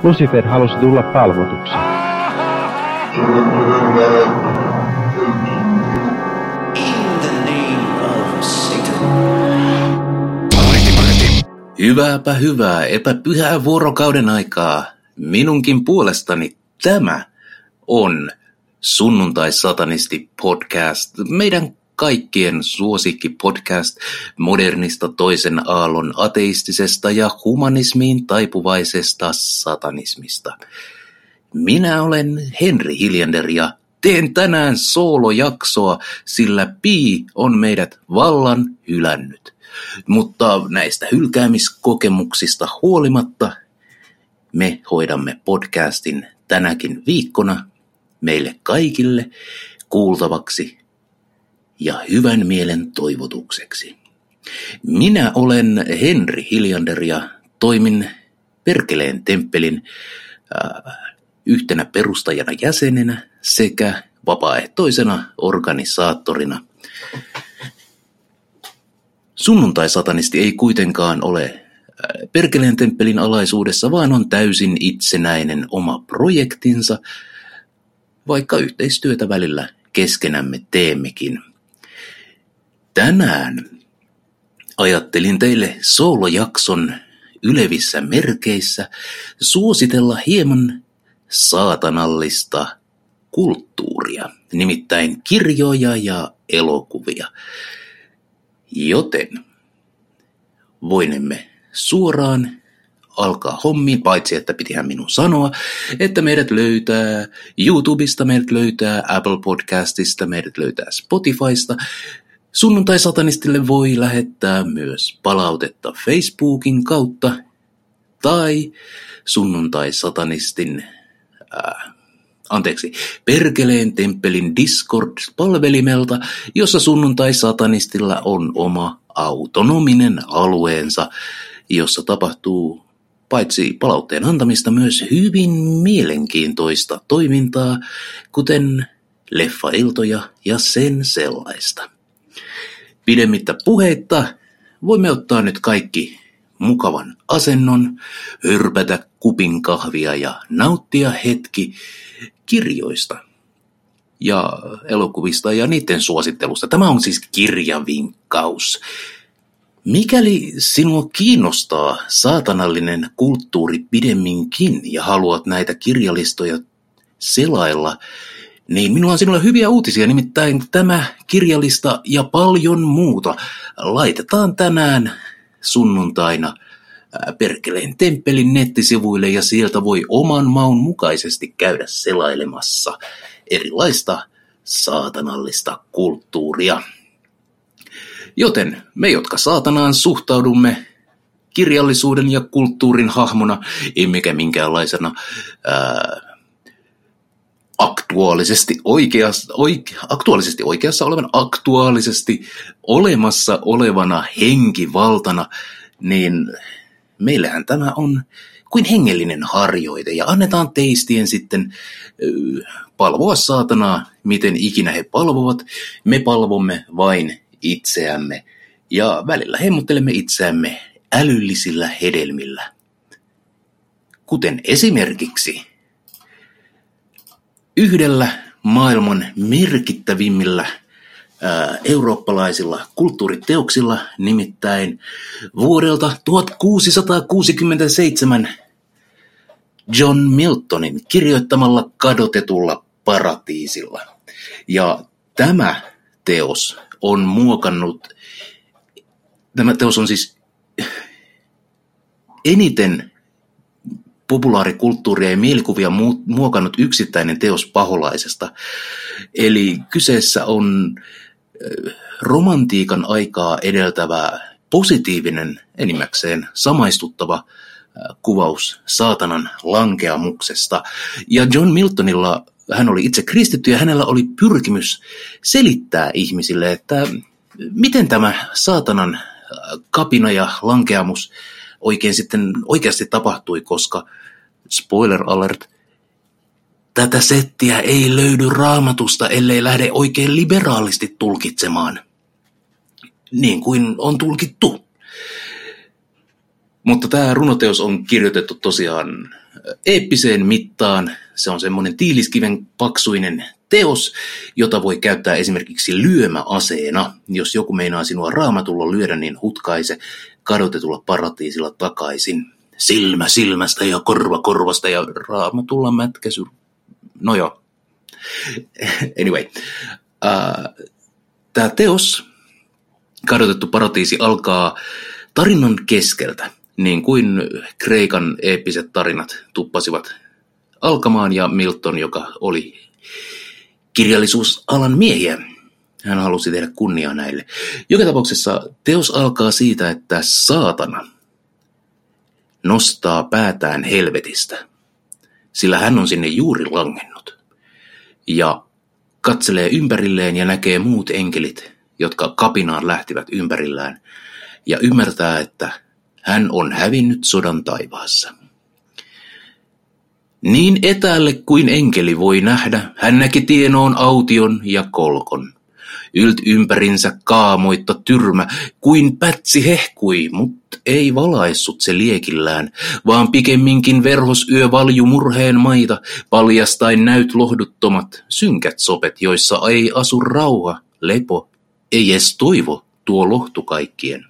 Lucifer halusi tulla palvotuksi. Hyvääpä hyvää, epäpyhää vuorokauden aikaa. Minunkin puolestani tämä on Sunnuntai-satanisti podcast, meidän kaikkien suosikki podcast modernista toisen aallon ateistisesta ja humanismiin taipuvaisesta satanismista. Minä olen Henri Hiljander ja teen tänään soolojaksoa, sillä Pi on meidät vallan hylännyt. Mutta näistä hylkäämiskokemuksista huolimatta me hoidamme podcastin tänäkin viikkona meille kaikille kuultavaksi ja hyvän mielen toivotukseksi. Minä olen Henri Hiljander ja toimin Perkeleen temppelin yhtenä perustajana jäsenenä sekä vapaaehtoisena organisaattorina. Sunnuntai-satanisti ei kuitenkaan ole Perkeleen temppelin alaisuudessa, vaan on täysin itsenäinen oma projektinsa, vaikka yhteistyötä välillä keskenämme teemmekin. Tänään ajattelin teille soolojakson ylevissä merkeissä suositella hieman saatanallista kulttuuria, nimittäin kirjoja ja elokuvia. Joten voinemme suoraan alkaa hommiin, paitsi että pitihän minun sanoa, että meidät löytää YouTubesta, meidät löytää Apple Podcastista, meidät löytää Spotifysta. Sunnuntai-satanistille voi lähettää myös palautetta Facebookin kautta tai Sunnuntai-satanistin Perkeleen temppelin Discord-palvelimelta, jossa Sunnuntai-satanistilla on oma autonominen alueensa, jossa tapahtuu paitsi palautteen antamista myös hyvin mielenkiintoista toimintaa, kuten leffailtoja ja sen sellaista. Pidemmittä puheitta voimme ottaa nyt kaikki mukavan asennon, hörpätä kupin kahvia ja nauttia hetki kirjoista ja elokuvista ja niiden suosittelusta. Tämä on siis kirjavinkkaus. Mikäli sinua kiinnostaa saatanallinen kulttuuri pidemminkin ja haluat näitä kirjalistoja selailla, niin minulla on sinulle hyviä uutisia, nimittäin tämä kirjalista ja paljon muuta laitetaan tänään sunnuntaina Perkeleen temppelin nettisivuille ja sieltä voi oman maun mukaisesti käydä selailemassa erilaista saatanallista kulttuuria. Joten me, jotka saatanaan suhtaudumme kirjallisuuden ja kulttuurin hahmona, emmekä minkäänlaisena aktuaalisesti oikeassa olevan, aktuaalisesti olemassa olevana henkivaltana, niin meillähän tämä on kuin hengellinen harjoite ja annetaan teistien sitten palvoa saatanaa, miten ikinä he palvovat. Me palvomme vain itseämme ja välillä hemmottelemme itseämme älyllisillä hedelmillä. Kuten esimerkiksi yhdellä maailman merkittävimmillä eurooppalaisilla kulttuuriteoksilla, nimittäin vuodelta 1667 John Miltonin kirjoittamalla Kadotetulla paratiisilla. Ja tämä teos on siis eniten populaarikulttuuria ja mielikuvia muokannut yksittäinen teos paholaisesta. Eli kyseessä on romantiikan aikaa edeltävä positiivinen, enimmäkseen samaistuttava kuvaus saatanan lankeamuksesta. Ja John Miltonilla, hän oli itse kristitty ja hänellä oli pyrkimys selittää ihmisille, että miten tämä saatanan kapina ja lankeamus oikeasti tapahtui, koska spoiler alert, tätä settiä ei löydy Raamatusta, ellei lähde oikein liberaalisti tulkitsemaan, niin kuin on tulkittu. Mutta tämä runoteos on kirjoitettu tosiaan eeppiseen mittaan. Se on semmoinen tiiliskiven paksuinen teos, jota voi käyttää esimerkiksi lyömäaseena. Jos joku meinaa sinua raamatulla lyödä, niin hutkaise kadotetulla paratiisilla takaisin. Silmä silmästä ja korva korvasta ja raamatulla mätkäsy. No joo. Anyway. Tämä teos, kadotettu paratiisi, alkaa tarinan keskeltä, niin kuin Kreikan eeppiset tarinat tuppasivat alkamaan, ja Milton, joka oli kirjallisuusalan miehiä, hän halusi tehdä kunniaa näille. Joka tapauksessa teos alkaa siitä, että saatana nostaa päätään helvetistä, sillä hän on sinne juuri langennut, ja katselee ympärilleen ja näkee muut enkelit, jotka kapinaan lähtivät ympärillään, ja ymmärtää, että hän on hävinnyt sodan taivaassa. Niin etäälle kuin enkeli voi nähdä, hän näki tienoon aution ja kolkon. Ympärinsä kaamoitta tyrmä, kuin pätsi hehkui, mut ei valaissut se liekillään, vaan pikemminkin verhosyö valju murheen maita, paljastain näyt lohduttomat, synkät sopet, joissa ei asu rauha, lepo, ei edes toivo, tuo lohtu kaikkien.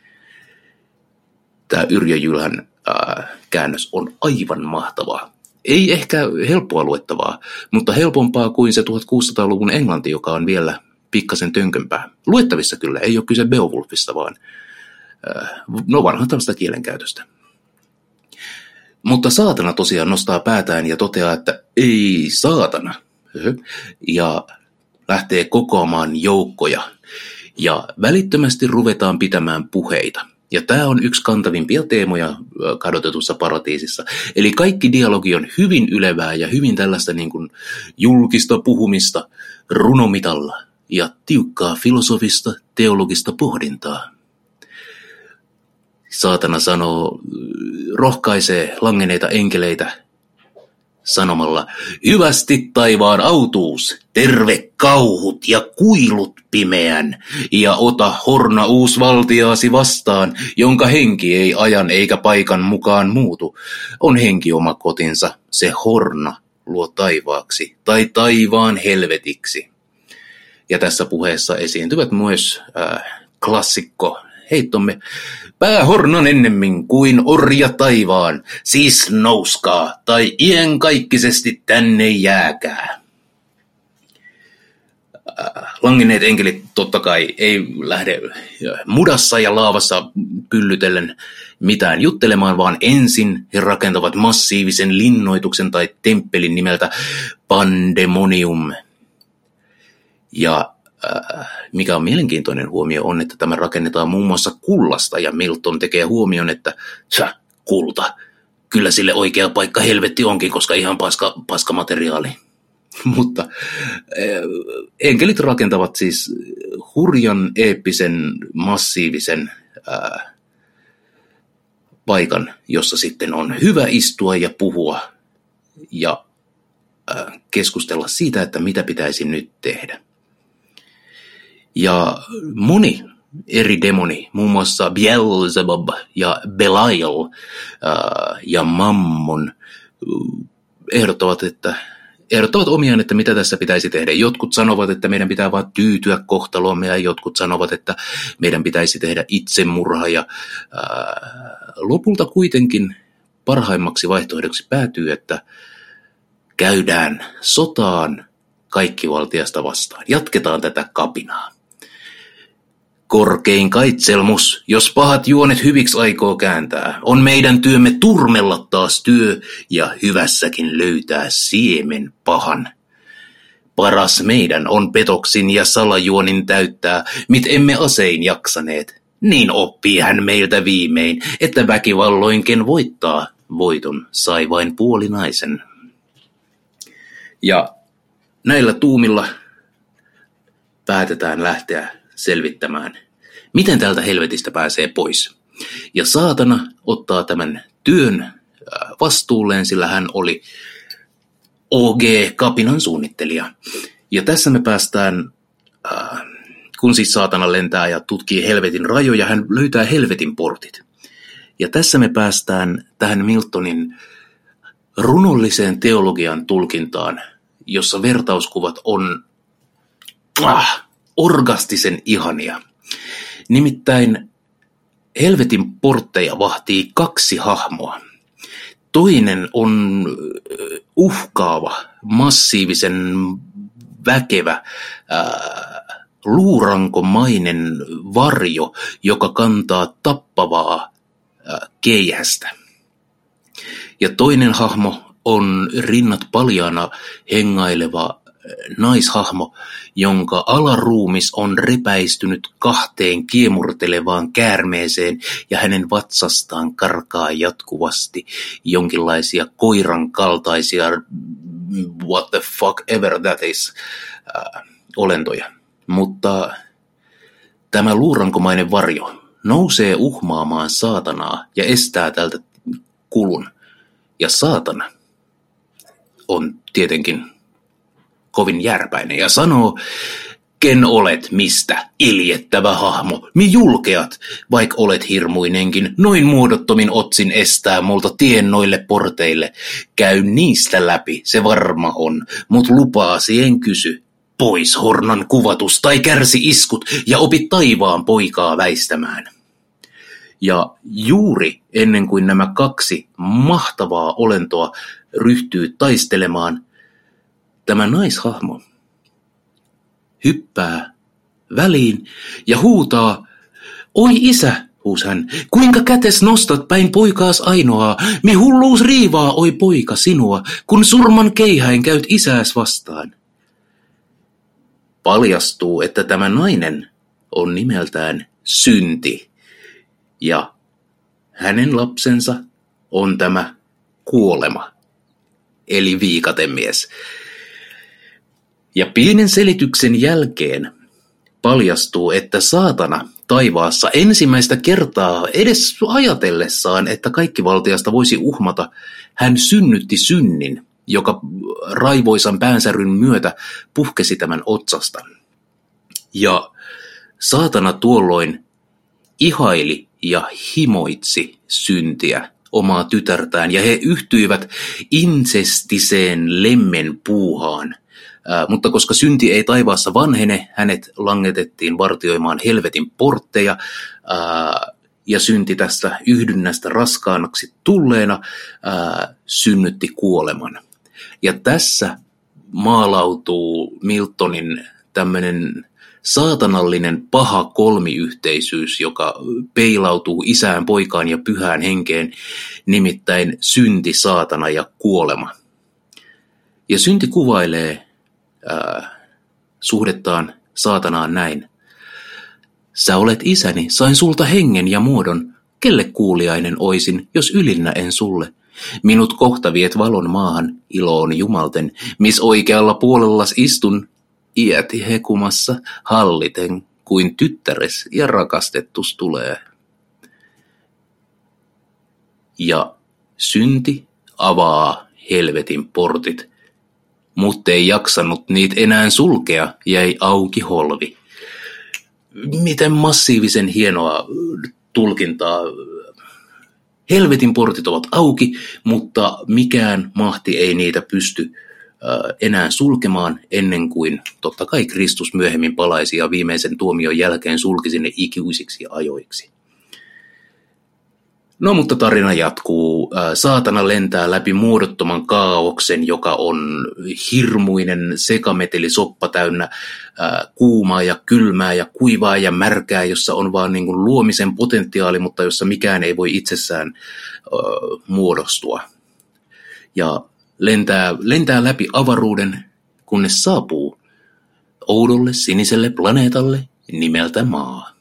Tämä Yrjö Jylhän käännös on aivan mahtavaa. Ei ehkä helppoa luettavaa, mutta helpompaa kuin se 1600-luvun englanti, joka on vielä pikkasen tönkömpää. Luettavissa kyllä, ei ole kyse Beowulfista, vaan vanhaa tällaista kielenkäytöstä. Mutta saatana tosiaan nostaa päätään ja toteaa, että ei saatana. Ja lähtee kokoamaan joukkoja. Ja välittömästi ruvetaan pitämään puheita. Ja tämä on yksi kantavimpia teemoja kadotetussa paratiisissa. Eli kaikki dialogi on hyvin ylevää ja hyvin tällaista niin kuin julkista puhumista runomitalla ja tiukkaa filosofista, teologista pohdintaa. Saatana sanoo, rohkaisee langenneita enkeleitä sanomalla, hyvästi taivaan autuus, terve kauhut ja kuilut pimeän, ja ota horna uusvaltiaasi vastaan, jonka henki ei ajan eikä paikan mukaan muutu. On henki oma kotinsa, se horna luo taivaaksi tai taivaan helvetiksi. Ja tässä puheessa esiintyvät myös klassikko heittomme, päähornan ennemmin kuin orja taivaan, siis nouskaa tai iänkaikkisesti tänne jääkää. Langenneet enkelit totta kai ei lähde mudassa ja laavassa pyllytellen mitään juttelemaan, vaan ensin he rakentavat massiivisen linnoituksen tai temppelin nimeltä Pandemonium. Ja mikä on mielenkiintoinen huomio on, että tämä rakennetaan muun muassa kullasta, ja Milton tekee huomion, että kulta, kyllä sille oikea paikka helvetti onkin, koska ihan paska materiaali. Mutta enkelit rakentavat siis hurjan, eeppisen, massiivisen paikan, jossa sitten on hyvä istua ja puhua ja keskustella siitä, että mitä pitäisi nyt tehdä. Ja moni eri demoni, muun muassa Beelzebub ja Belial ja Mammon, ehdottavat omiaan, että mitä tässä pitäisi tehdä. Jotkut sanovat, että meidän pitää vaan tyytyä kohtaloomme, ja jotkut sanovat, että meidän pitäisi tehdä itsemurha. Ja lopulta kuitenkin parhaimmaksi vaihtoehdoksi päätyy, että käydään sotaan kaikkivaltiasta vastaan. Jatketaan tätä kapinaa. Korkein kaitselmus, jos pahat juonet hyviksi aikoo kääntää, on meidän työmme turmella taas työ ja hyvässäkin löytää siemen pahan. Paras meidän on petoksin ja salajuonin täyttää, mit emme asein jaksaneet. Niin oppii hän meiltä viimein, että väkivalloinken voittaa, voiton sai vain puolinaisen. Ja näillä tuumilla päätetään lähteä selvittämään, miten tältä helvetistä pääsee pois. Ja saatana ottaa tämän työn vastuulleen, sillä hän oli OG-kapinan suunnittelija. Ja tässä me päästään, kun siis saatana lentää ja tutkii helvetin rajoja, hän löytää helvetin portit. Ja tässä me päästään tähän Miltonin runolliseen teologian tulkintaan, jossa vertauskuvat on orgastisen ihania. Nimittäin helvetin portteja vahtii kaksi hahmoa. Toinen on uhkaava, massiivisen, väkevä, luurankomainen varjo, joka kantaa tappavaa keihästä. Ja toinen hahmo on rinnat paljaana hengaileva naishahmo, jonka alaruumis on repäistynyt kahteen kiemurtelevaan käärmeeseen ja hänen vatsastaan karkaa jatkuvasti jonkinlaisia koiran kaltaisia what the fuck ever that is olentoja. Mutta tämä luurankomainen varjo nousee uhmaamaan saatanaa ja estää tältä kulun. Ja saatana on tietenkin kovin järpäinen ja sanoo, ken olet mistä, iljettävä hahmo, mi julkeat, vaikka olet hirmuinenkin, noin muodottomin otsin estää multa tien noille porteille. Käy niistä läpi, se varma on, mut lupaasi en kysy. Pois hornan kuvatus tai kärsi iskut ja opi taivaan poikaa väistämään. Ja juuri ennen kuin nämä kaksi mahtavaa olentoa ryhtyy taistelemaan, tämä naishahmo hyppää väliin ja huutaa, oi isä, huus hän, kuinka kätes nostat päin poikaas ainoaa, mi hulluus riivaa, oi poika, sinua, kun surman keihäin käyt isääs vastaan. Paljastuu, että tämä nainen on nimeltään Synti. Ja hänen lapsensa on tämä kuolema, eli viikatemies. Ja pienen selityksen jälkeen paljastuu, että saatana taivaassa ensimmäistä kertaa edes ajatellessaan, että kaikkivaltiasta voisi uhmata, hän synnytti synnin, joka raivoisan päänsäryn myötä puhkesi tämän otsasta. Ja saatana tuolloin ihaili ja himoitsi Syntiä, omaa tytärtään, ja he yhtyivät insestiseen lemmen puuhaan. Mutta koska Synti ei taivaassa vanhene, hänet langetettiin vartioimaan helvetin portteja, ja Synti tästä yhdynnästä raskaanaksi tulleena synnytti kuoleman. Ja tässä maalautuu Miltonin tämmöinen saatanallinen paha kolmiyhteisyys, joka peilautuu isään, poikaan ja pyhään henkeen, nimittäin synti, saatana ja kuolema. Ja synti kuvailee suhdettaan saatanaan näin. Sä olet isäni, sain sulta hengen ja muodon, kelle kuuliainen oisin, jos ylinnä en sulle. Minut kohta viet valon maahan, iloon jumalten, mis oikealla puolellas istun, iäti hekumassa halliten, kuin tyttäres ja rakastettus tulee. Ja synti avaa helvetin portit, mutta ei jaksanut niitä enää sulkea, jäi auki holvi. Miten massiivisen hienoa tulkintaa. Helvetin portit ovat auki, mutta mikään mahti ei niitä pysty enää sulkemaan ennen kuin totta kai Kristus myöhemmin palaisi ja viimeisen tuomion jälkeen sulkisi ne ikuisiksi ajoiksi. No mutta tarina jatkuu. Saatana lentää läpi muodottoman kaaoksen, joka on hirmuinen sekametelisoppa täynnä kuumaa ja kylmää ja kuivaa ja märkää, jossa on vaan niin kuin luomisen potentiaali, mutta jossa mikään ei voi itsessään muodostua. Ja lentää läpi avaruuden, kunnes saapuu oudolle siniselle planeetalle nimeltä Maa.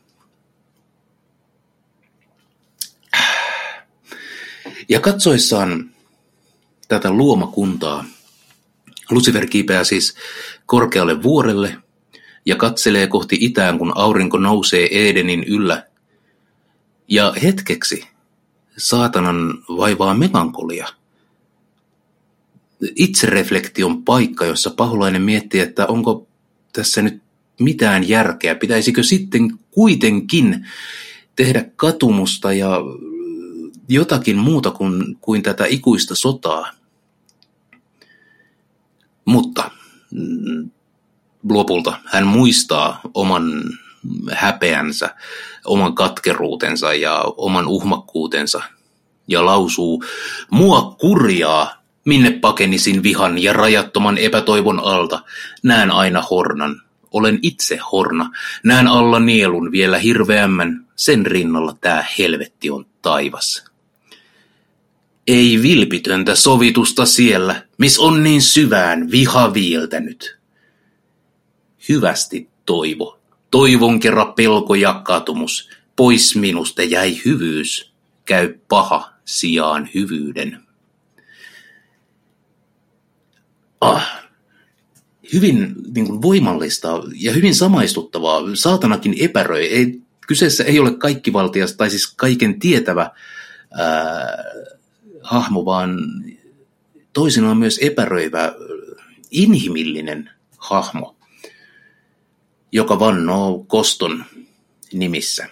Ja katsoessaan tätä luomakuntaa, Lucifer kiipeää siis korkealle vuorelle ja katselee kohti itään, kun aurinko nousee Edenin yllä. Ja hetkeksi saatanan vaivaa melankolia. Itsereflektion paikka, jossa paholainen miettii, että onko tässä nyt mitään järkeä. Pitäisikö sitten kuitenkin tehdä katumusta ja jotakin muuta kuin tätä ikuista sotaa. Mutta lopulta hän muistaa oman häpeänsä, oman katkeruutensa ja oman uhmakkuutensa ja lausuu, mua kurjaa, minne pakenisin vihan ja rajattoman epätoivon alta, näen aina hornan. Olen itse horna, näen alla nielun vielä hirveämmän, sen rinnalla tää helvetti on taivas. Ei vilpitöntä sovitusta siellä, miss on niin syvään viha viiltänyt. Hyvästi toivo, toivon kerran pelko ja katumus, pois minusta jäi hyvyys, käy paha sijaan hyvyyden. Hyvin niin kuin voimallista ja hyvin samaistuttavaa. Saatanakin epäröi. Kyseessä ei ole kaikkivaltias tai siis kaiken tietävä hahmo, vaan toisinaan myös epäröivä inhimillinen hahmo, joka vannoo koston nimissä.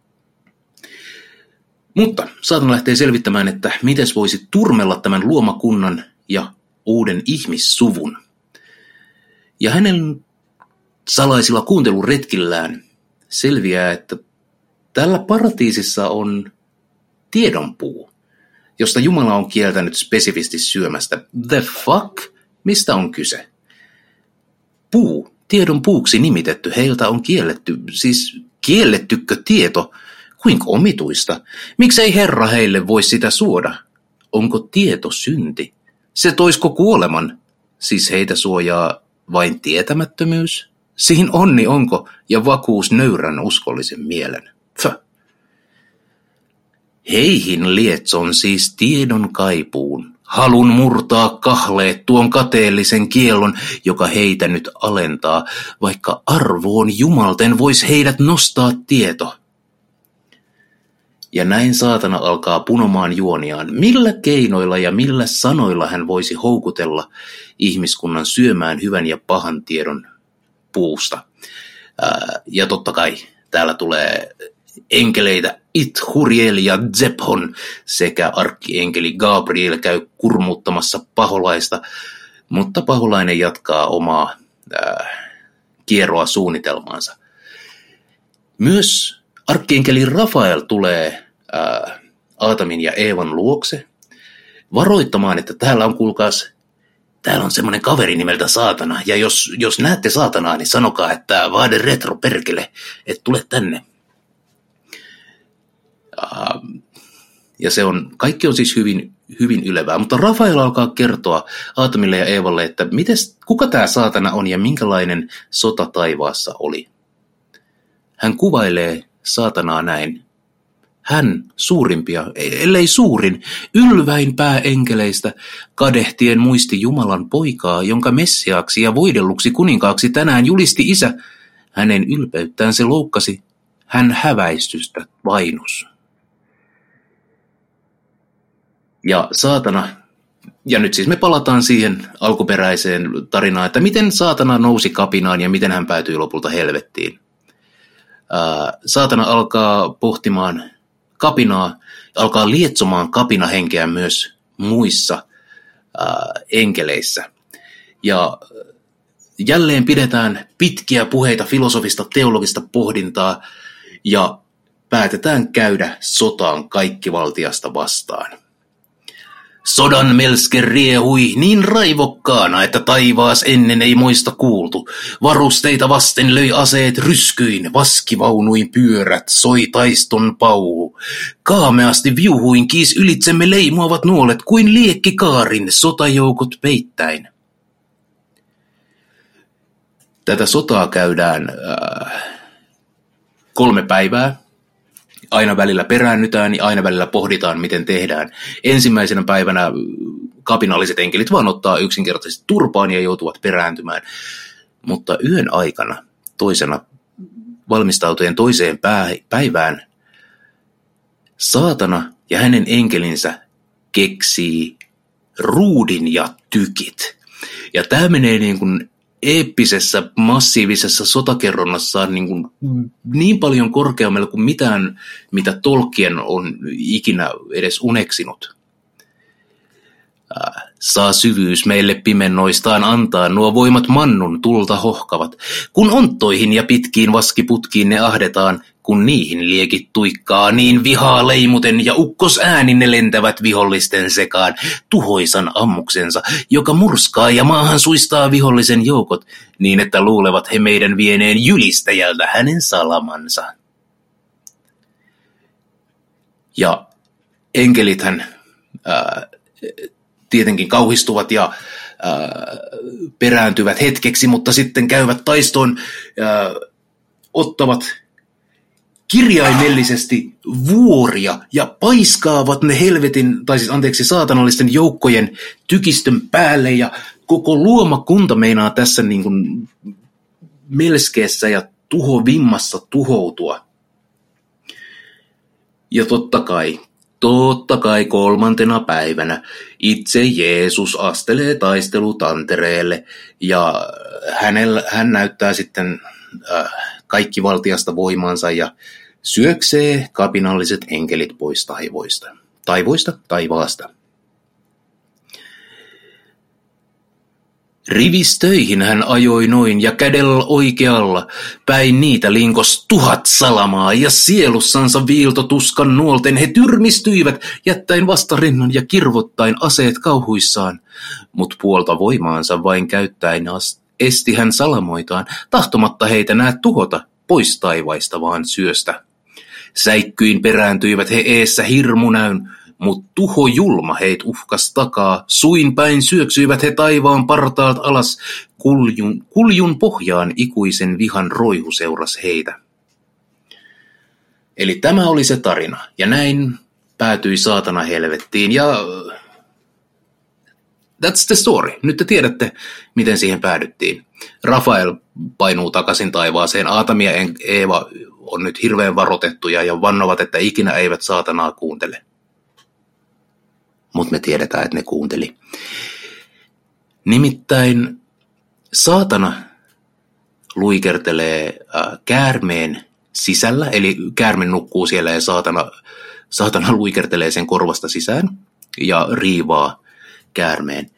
Mutta saatana lähtee selvittämään, että miten voisi turmella tämän luomakunnan ja uuden ihmissuvun. Ja hänen salaisilla kuunteluretkillään selviää, että tällä paratiisissa on tiedonpuu, josta Jumala on kieltänyt spesifisti syömästä. The fuck? Mistä on kyse? Puu, tiedon puuksi nimitetty, heiltä on kielletty. Siis kiellettykö tieto? Kuinka omituista? Miksei Herra heille voi sitä suoda? Onko tieto synti? Se toisko kuoleman? Siis heitä suojaa vain tietämättömyys? Siihen onni onko ja vakuus nöyrän uskollisen mielen. Heihin lietson siis tiedon kaipuun, halun murtaa kahleet tuon kateellisen kiellon, joka heitä nyt alentaa, vaikka arvoon jumalten vois heidät nostaa tieto. Ja näin saatana alkaa punomaan juoniaan, millä keinoilla ja millä sanoilla hän voisi houkutella ihmiskunnan syömään hyvän ja pahan tiedon puusta. Ja totta kai täällä tulee enkeleitä Ithuriel ja Zephon sekä arkkienkeli Gabriel käy kurmuuttamassa paholaista, mutta paholainen jatkaa omaa kierroa suunnitelmaansa. Myös arkkienkeli Rafael tulee Aatamin ja Eevan luokse varoittamaan, että täällä on, kuulkaas, täällä on semmoinen kaveri nimeltä Saatana, ja jos näette Saatanaa, niin sanokaa, että vaade retro perkele, että tule tänne. Ja kaikki on siis hyvin, hyvin ylevää, mutta Rafael alkaa kertoa Aatamille ja Eevalle, että kuka tämä Saatana on ja minkälainen sota taivaassa oli. Hän kuvailee Saatanaa näin. Hän suurimpia, ellei suurin, ylväin pääenkeleistä, kadehtien muisti Jumalan poikaa, jonka messiaaksi ja voidelluksi kuninkaaksi tänään julisti isä. Hänen ylpeyttään se loukkasi, hän häväistystä vainus. Ja Saatana, ja nyt siis me palataan siihen alkuperäiseen tarinaan, että miten Saatana nousi kapinaan ja miten hän päätyi lopulta helvettiin. Saatana alkaa pohtimaan kapinaa, alkaa lietsomaan kapinahenkeä myös muissa enkeleissä. Ja jälleen pidetään pitkiä puheita filosofista, teologista pohdintaa ja päätetään käydä sotaan kaikkivaltiasta vastaan. Sodan melske riehui niin raivokkaana, että taivaas ennen ei moista kuultu. Varusteita vasten löi aseet ryskyin, vaskivaunuin pyörät, soi taiston pauhu. Kaameasti viuhuin kiis ylitsemme leimuavat nuolet kuin liekkikaarin sotajoukot peittäin. Tätä sotaa käydään 3 päivää. Aina välillä peräännytään ja aina välillä pohditaan, miten tehdään. Ensimmäisenä päivänä kapinalliset enkelit vaan ottaa yksinkertaisesti turpaan ja joutuvat perääntymään. Mutta yön aikana, toisena valmistautuen toiseen päivään, Saatana ja hänen enkelinsä keksii ruudin ja tykit. Ja tämä menee niin kuin eeppisessä, massiivisessa sotakerronnassaan niin paljon korkeammalle kuin mitään, mitä Tolkien on ikinä edes uneksinut. Saa syvyys meille pimennoistaan antaa, nuo voimat mannun tulta hohkavat. Kun onttoihin ja pitkiin vaskiputkiin ne ahdetaan, kun niihin liekit tuikkaa, niin vihaa leimuten ja ukkos äänin ne lentävät vihollisten sekaan, tuhoisan ammuksensa, joka murskaa ja maahan suistaa vihollisen joukot, niin että luulevat he meidän vieneen jylistäjältä hänen salamansa. Ja enkelithän tietenkin kauhistuvat ja perääntyvät hetkeksi, mutta sitten käyvät taistoon, ottavat kirjaimellisesti vuoria ja paiskaavat ne saatanallisten joukkojen tykistön päälle ja koko luomakunta meinaa tässä niin kuin melskeessä ja tuhovimmassa tuhoutua. Ja totta kai 3. päivänä itse Jeesus astelee taistelutantereelle ja hän näyttää sitten kaikki valtiasta voimansa ja syöksee kapinalliset enkelit pois taivaasta. Rivistöihin hän ajoi noin ja kädellä oikealla päin niitä linkos 1000 salamaa ja sielussansa viiltotuskan nuolten he tyrmistyivät jättäen vastarinnan ja kirvottain aseet kauhuissaan, mut puolta voimaansa vain käyttäen esti hän salamoitaan, tahtomatta heitä näet tuhota pois taivaista vaan syöstä. Säikkyin perääntyivät he eessä hirmunäyn, mut tuho julma heit uhkas takaa, suin päin syöksyivät he taivaan partaalta alas, kuljun pohjaan ikuisen vihan roihu seuras heitä. Eli tämä oli se tarina, ja näin päätyi saatana helvettiin, ja that's the story. Nyt te tiedätte, miten siihen päädyttiin. Rafael painuu takaisin taivaaseen, Aatami ja Eeva on nyt hirveän varoitettuja ja vannovat, että ikinä eivät saatanaa kuuntele. Mutta me tiedetään, että ne kuunteli. Nimittäin saatana luikertelee käärmeen sisällä, eli käärme nukkuu siellä ja saatana luikertelee sen korvasta sisään ja riivaa käärmeen.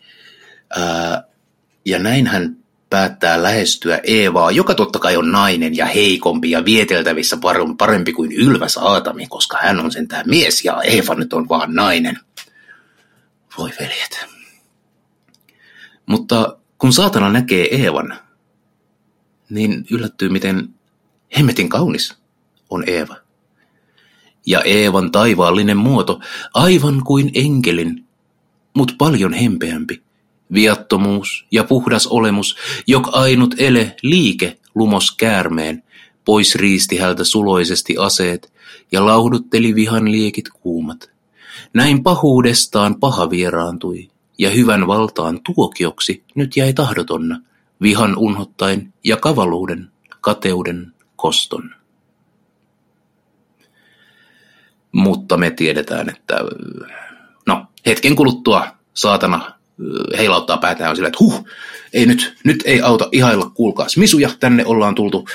Ja näin hän päättää lähestyä Eevaa, joka totta kai on nainen ja heikompi ja vieteltävissä parempi kuin ylväs Aatami, koska hän on sentään mies ja Eeva nyt on vaan nainen. Voi veljet. Mutta kun saatana näkee Eevan, niin yllättyy, miten hemmetin kaunis on Eeva. Ja Eevan taivaallinen muoto, aivan kuin enkelin, mut paljon hempeämpi, viattomuus ja puhdas olemus, jok ainut ele liike lumos käärmeen, pois riisti hältä suloisesti aseet ja laudutteli vihan liekit kuumat. Näin pahuudestaan paha vieraantui, ja hyvän valtaan tuokioksi nyt jäi tahdotonna, vihan unhottain ja kavaluuden, kateuden, koston. Mutta me tiedetään, että hetken kuluttua saatana heilauttaa päätään sillä, että ei nyt ei auta ihailla, kuulkaas misuja, tänne ollaan tultu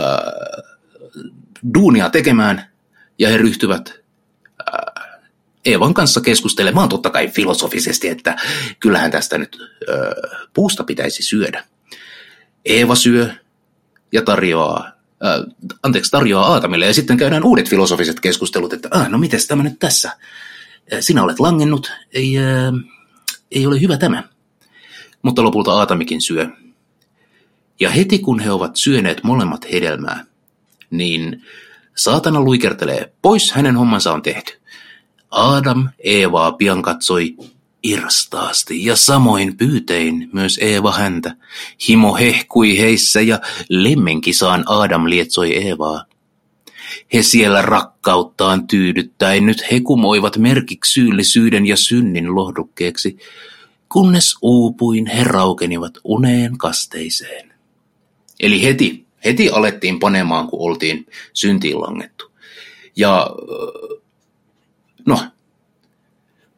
duunia tekemään, ja he ryhtyvät Eevan kanssa keskustelemaan totta kai filosofisesti, että kyllähän tästä puusta pitäisi syödä. Eeva syö ja tarjoaa Aatamille, ja sitten käydään uudet filosofiset keskustelut, että mites tämä nyt tässä? Sinä olet langennut, ei ole hyvä tämä. Mutta lopulta Aatamikin syö. Ja heti kun he ovat syöneet molemmat hedelmää, niin saatana luikertelee pois, hänen hommansa on tehty. Aadam Eevaa pian katsoi irstaasti ja samoin pyytein myös Eeva häntä. Himo hehkui heissä ja lemmenkisaan Aadam lietsoi Eevaa. He siellä rakkauttaan tyydyttäen nyt hekumoivat merkiksi syyllisyyden ja synnin lohdukkeeksi, kunnes uupuin he raukenivat uneen kasteiseen. Eli heti alettiin panemaan, kun oltiin syntiin langettu. Ja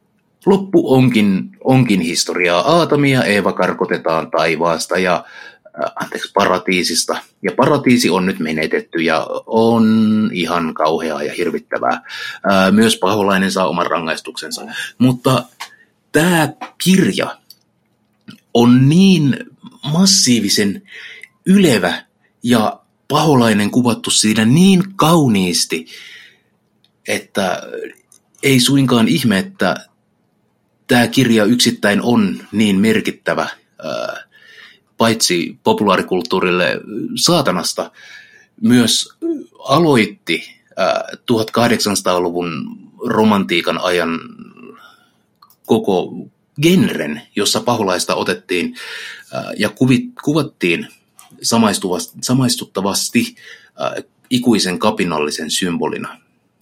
loppu onkin historiaa. Aatami ja Eeva karkotetaan taivaasta ja paratiisista. Ja paratiisi on nyt menetetty ja on ihan kauheaa ja hirvittävää. Myös paholainen saa oman rangaistuksensa. Mutta tämä kirja on niin massiivisen ylevä ja paholainen kuvattu siinä niin kauniisti, että ei suinkaan ihme, että tämä kirja yksittäin on niin merkittävä, paitsi populaarikulttuurille saatanasta, myös aloitti 1800-luvun romantiikan ajan koko genren, jossa paholaista otettiin ja kuvattiin samaistuttavasti ikuisen kapinallisen symbolina.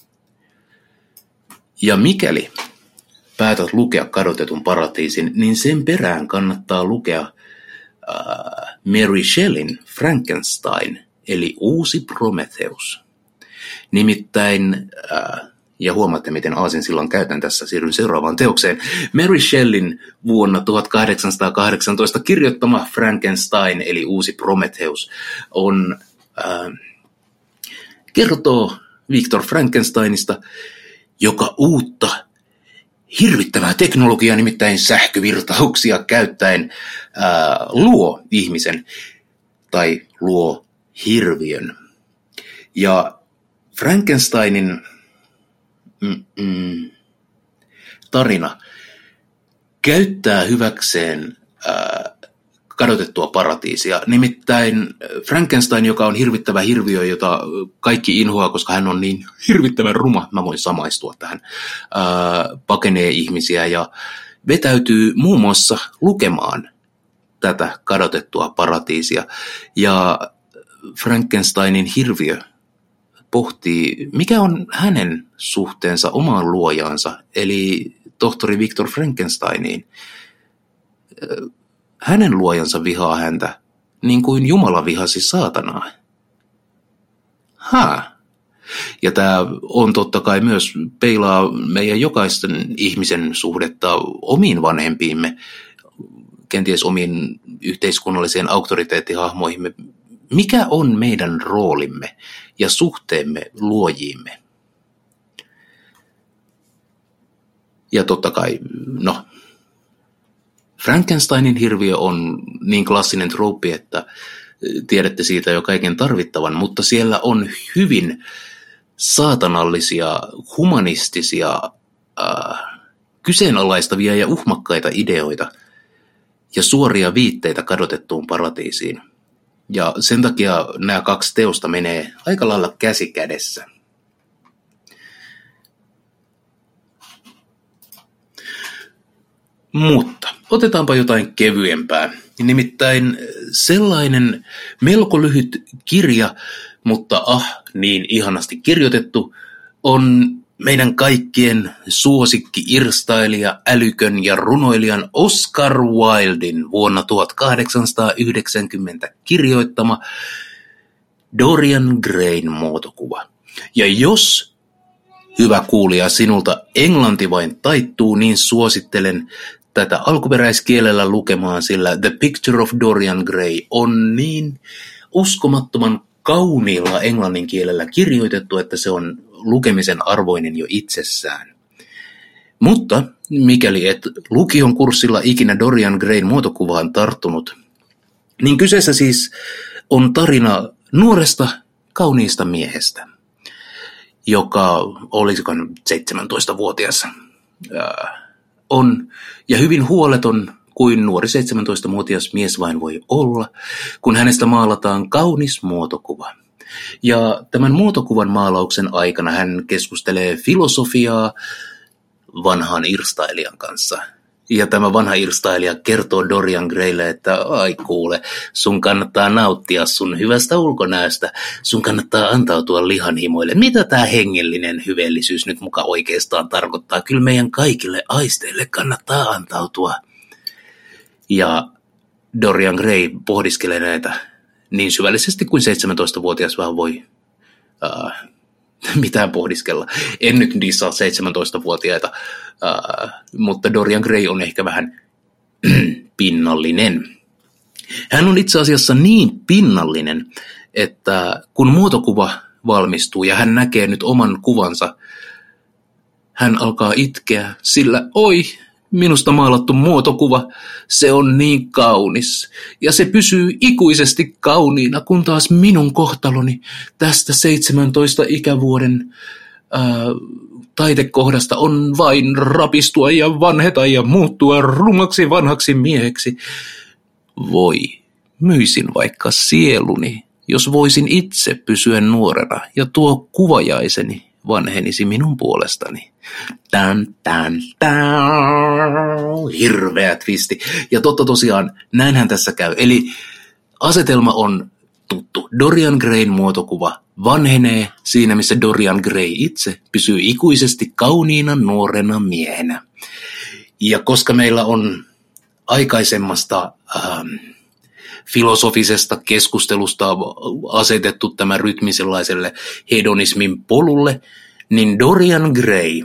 Ja mikäli päätät lukea Kadotetun paratiisin, niin sen perään kannattaa lukea Mary Shelleyn Frankenstein, eli Uusi Prometheus. Nimittäin, ja huomaatte miten aasinsillan käytän tässä, siirryn seuraavaan teokseen, Mary Shelleyn vuonna 1818 kirjoittama Frankenstein, eli Uusi Prometheus, kertoo Victor Frankensteinista, joka uutta hirvittävää teknologiaa, nimittäin sähkövirtauksia käyttäen luo ihmisen tai luo hirviön. Ja Frankensteinin tarina käyttää hyväkseen kadotettua paratiisia. Nimittäin Frankenstein, joka on hirvittävä hirviö, jota kaikki inhoaa, koska hän on niin hirvittävän ruma, mä voin samaistua tähän, pakenee ihmisiä ja vetäytyy muun muassa lukemaan tätä kadotettua paratiisia. Ja Frankensteinin hirviö pohtii, mikä on hänen suhteensa omaan luojaansa, eli tohtori Victor Frankensteiniin. Hänen luojansa vihaa häntä, niin kuin Jumala vihasi saatanaa. Ja tämä on totta kai myös peilaa meidän jokaisen ihmisen suhdetta omiin vanhempiimme, kenties omiin yhteiskunnalliseen auktoriteettihahmoihimme. Mikä on meidän roolimme ja suhteemme luojiimme? Ja totta kai, Frankensteinin hirviö on niin klassinen trooppi, että tiedätte siitä jo kaiken tarvittavan, mutta siellä on hyvin saatanallisia, humanistisia, kyseenalaistavia ja uhmakkaita ideoita ja suoria viitteitä kadotettuun paratiisiin. Ja sen takia nämä kaksi teosta menee aika lailla käsi kädessä. Mutta otetaanpa jotain kevyempää. Nimittäin sellainen melko lyhyt kirja, mutta niin ihanasti kirjoitettu, on meidän kaikkien suosikki-irstailija, älykön ja runoilijan Oscar Wilden vuonna 1890 kirjoittama Dorian Grayn muotokuva. Ja jos, hyvä kuulija, sinulta englanti vain taittuu, niin suosittelen tätä alkuperäiskielellä lukemaan, sillä The Picture of Dorian Gray on niin uskomattoman kauniilla englannin kielellä kirjoitettu, että se on lukemisen arvoinen jo itsessään. Mutta mikäli et lukion kurssilla ikinä Dorian Grayn muotokuvaan tarttunut, niin kyseessä siis on tarina nuoresta, kauniista miehestä, joka olisikohan 17-vuotias on ja hyvin huoleton kuin nuori 17-vuotias mies vain voi olla, kun hänestä maalataan kaunis muotokuva. Ja tämän muotokuvan maalauksen aikana hän keskustelee filosofiaa vanhan irstailijan kanssa. Ja tämä vanha irstailija kertoo Dorian Graylle, että ai kuule, sun kannattaa nauttia sun hyvästä ulkonäöstä, sun kannattaa antautua lihanhimoille. Mitä tämä hengellinen hyveellisyys nyt muka oikeastaan tarkoittaa? Kyllä meidän kaikille aisteille kannattaa antautua. Ja Dorian Gray pohdiskelee näitä niin syvällisesti kuin 17-vuotias vähän voi mitään pohdiskella. En nyt dissaa 17-vuotiaita, mutta Dorian Gray on ehkä vähän pinnallinen. Hän on itse asiassa niin pinnallinen, että kun muotokuva valmistuu ja hän näkee nyt oman kuvansa, hän alkaa itkeä, sillä oi, minusta maalattu muotokuva, se on niin kaunis ja se pysyy ikuisesti kauniina, kun taas minun kohtaloni tästä 17 ikävuoden taitekohdasta on vain rapistua ja vanheta ja muuttua rumaksi vanhaksi mieheksi. Voi, myisin vaikka sieluni, jos voisin itse pysyä nuorena ja tuo kuvajaiseni vanhenisi minun puolestani. Tän. Hirveä twisti. Ja totta tosiaan, näinhän tässä käy. Eli asetelma on tuttu. Dorian Grayn muotokuva vanhenee siinä, missä Dorian Gray itse pysyy ikuisesti kauniina nuorena miehenä. Ja koska meillä on aikaisemmasta filosofisesta keskustelusta asetettu tämä rytmi sellaiselle hedonismin polulle, niin Dorian Gray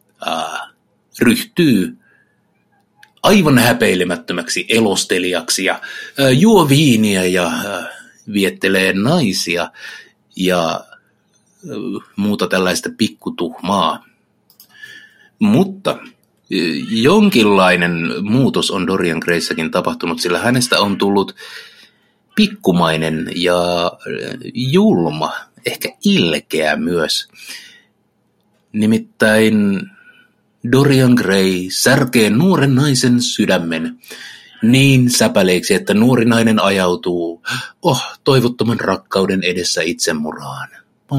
ryhtyy aivan häpeilemättömäksi elostelijaksi ja juo viiniä ja viettelee naisia ja muuta tällaista pikkutuhmaa. Mutta jonkinlainen muutos on Dorian Grayssäkin tapahtunut, sillä hänestä on tullut pikkumainen ja julma, ehkä ilkeä myös. Nimittäin Dorian Gray särkee nuoren naisen sydämen niin säpäleiksi, että nuori nainen ajautuu toivottoman rakkauden edessä itsemurhaan.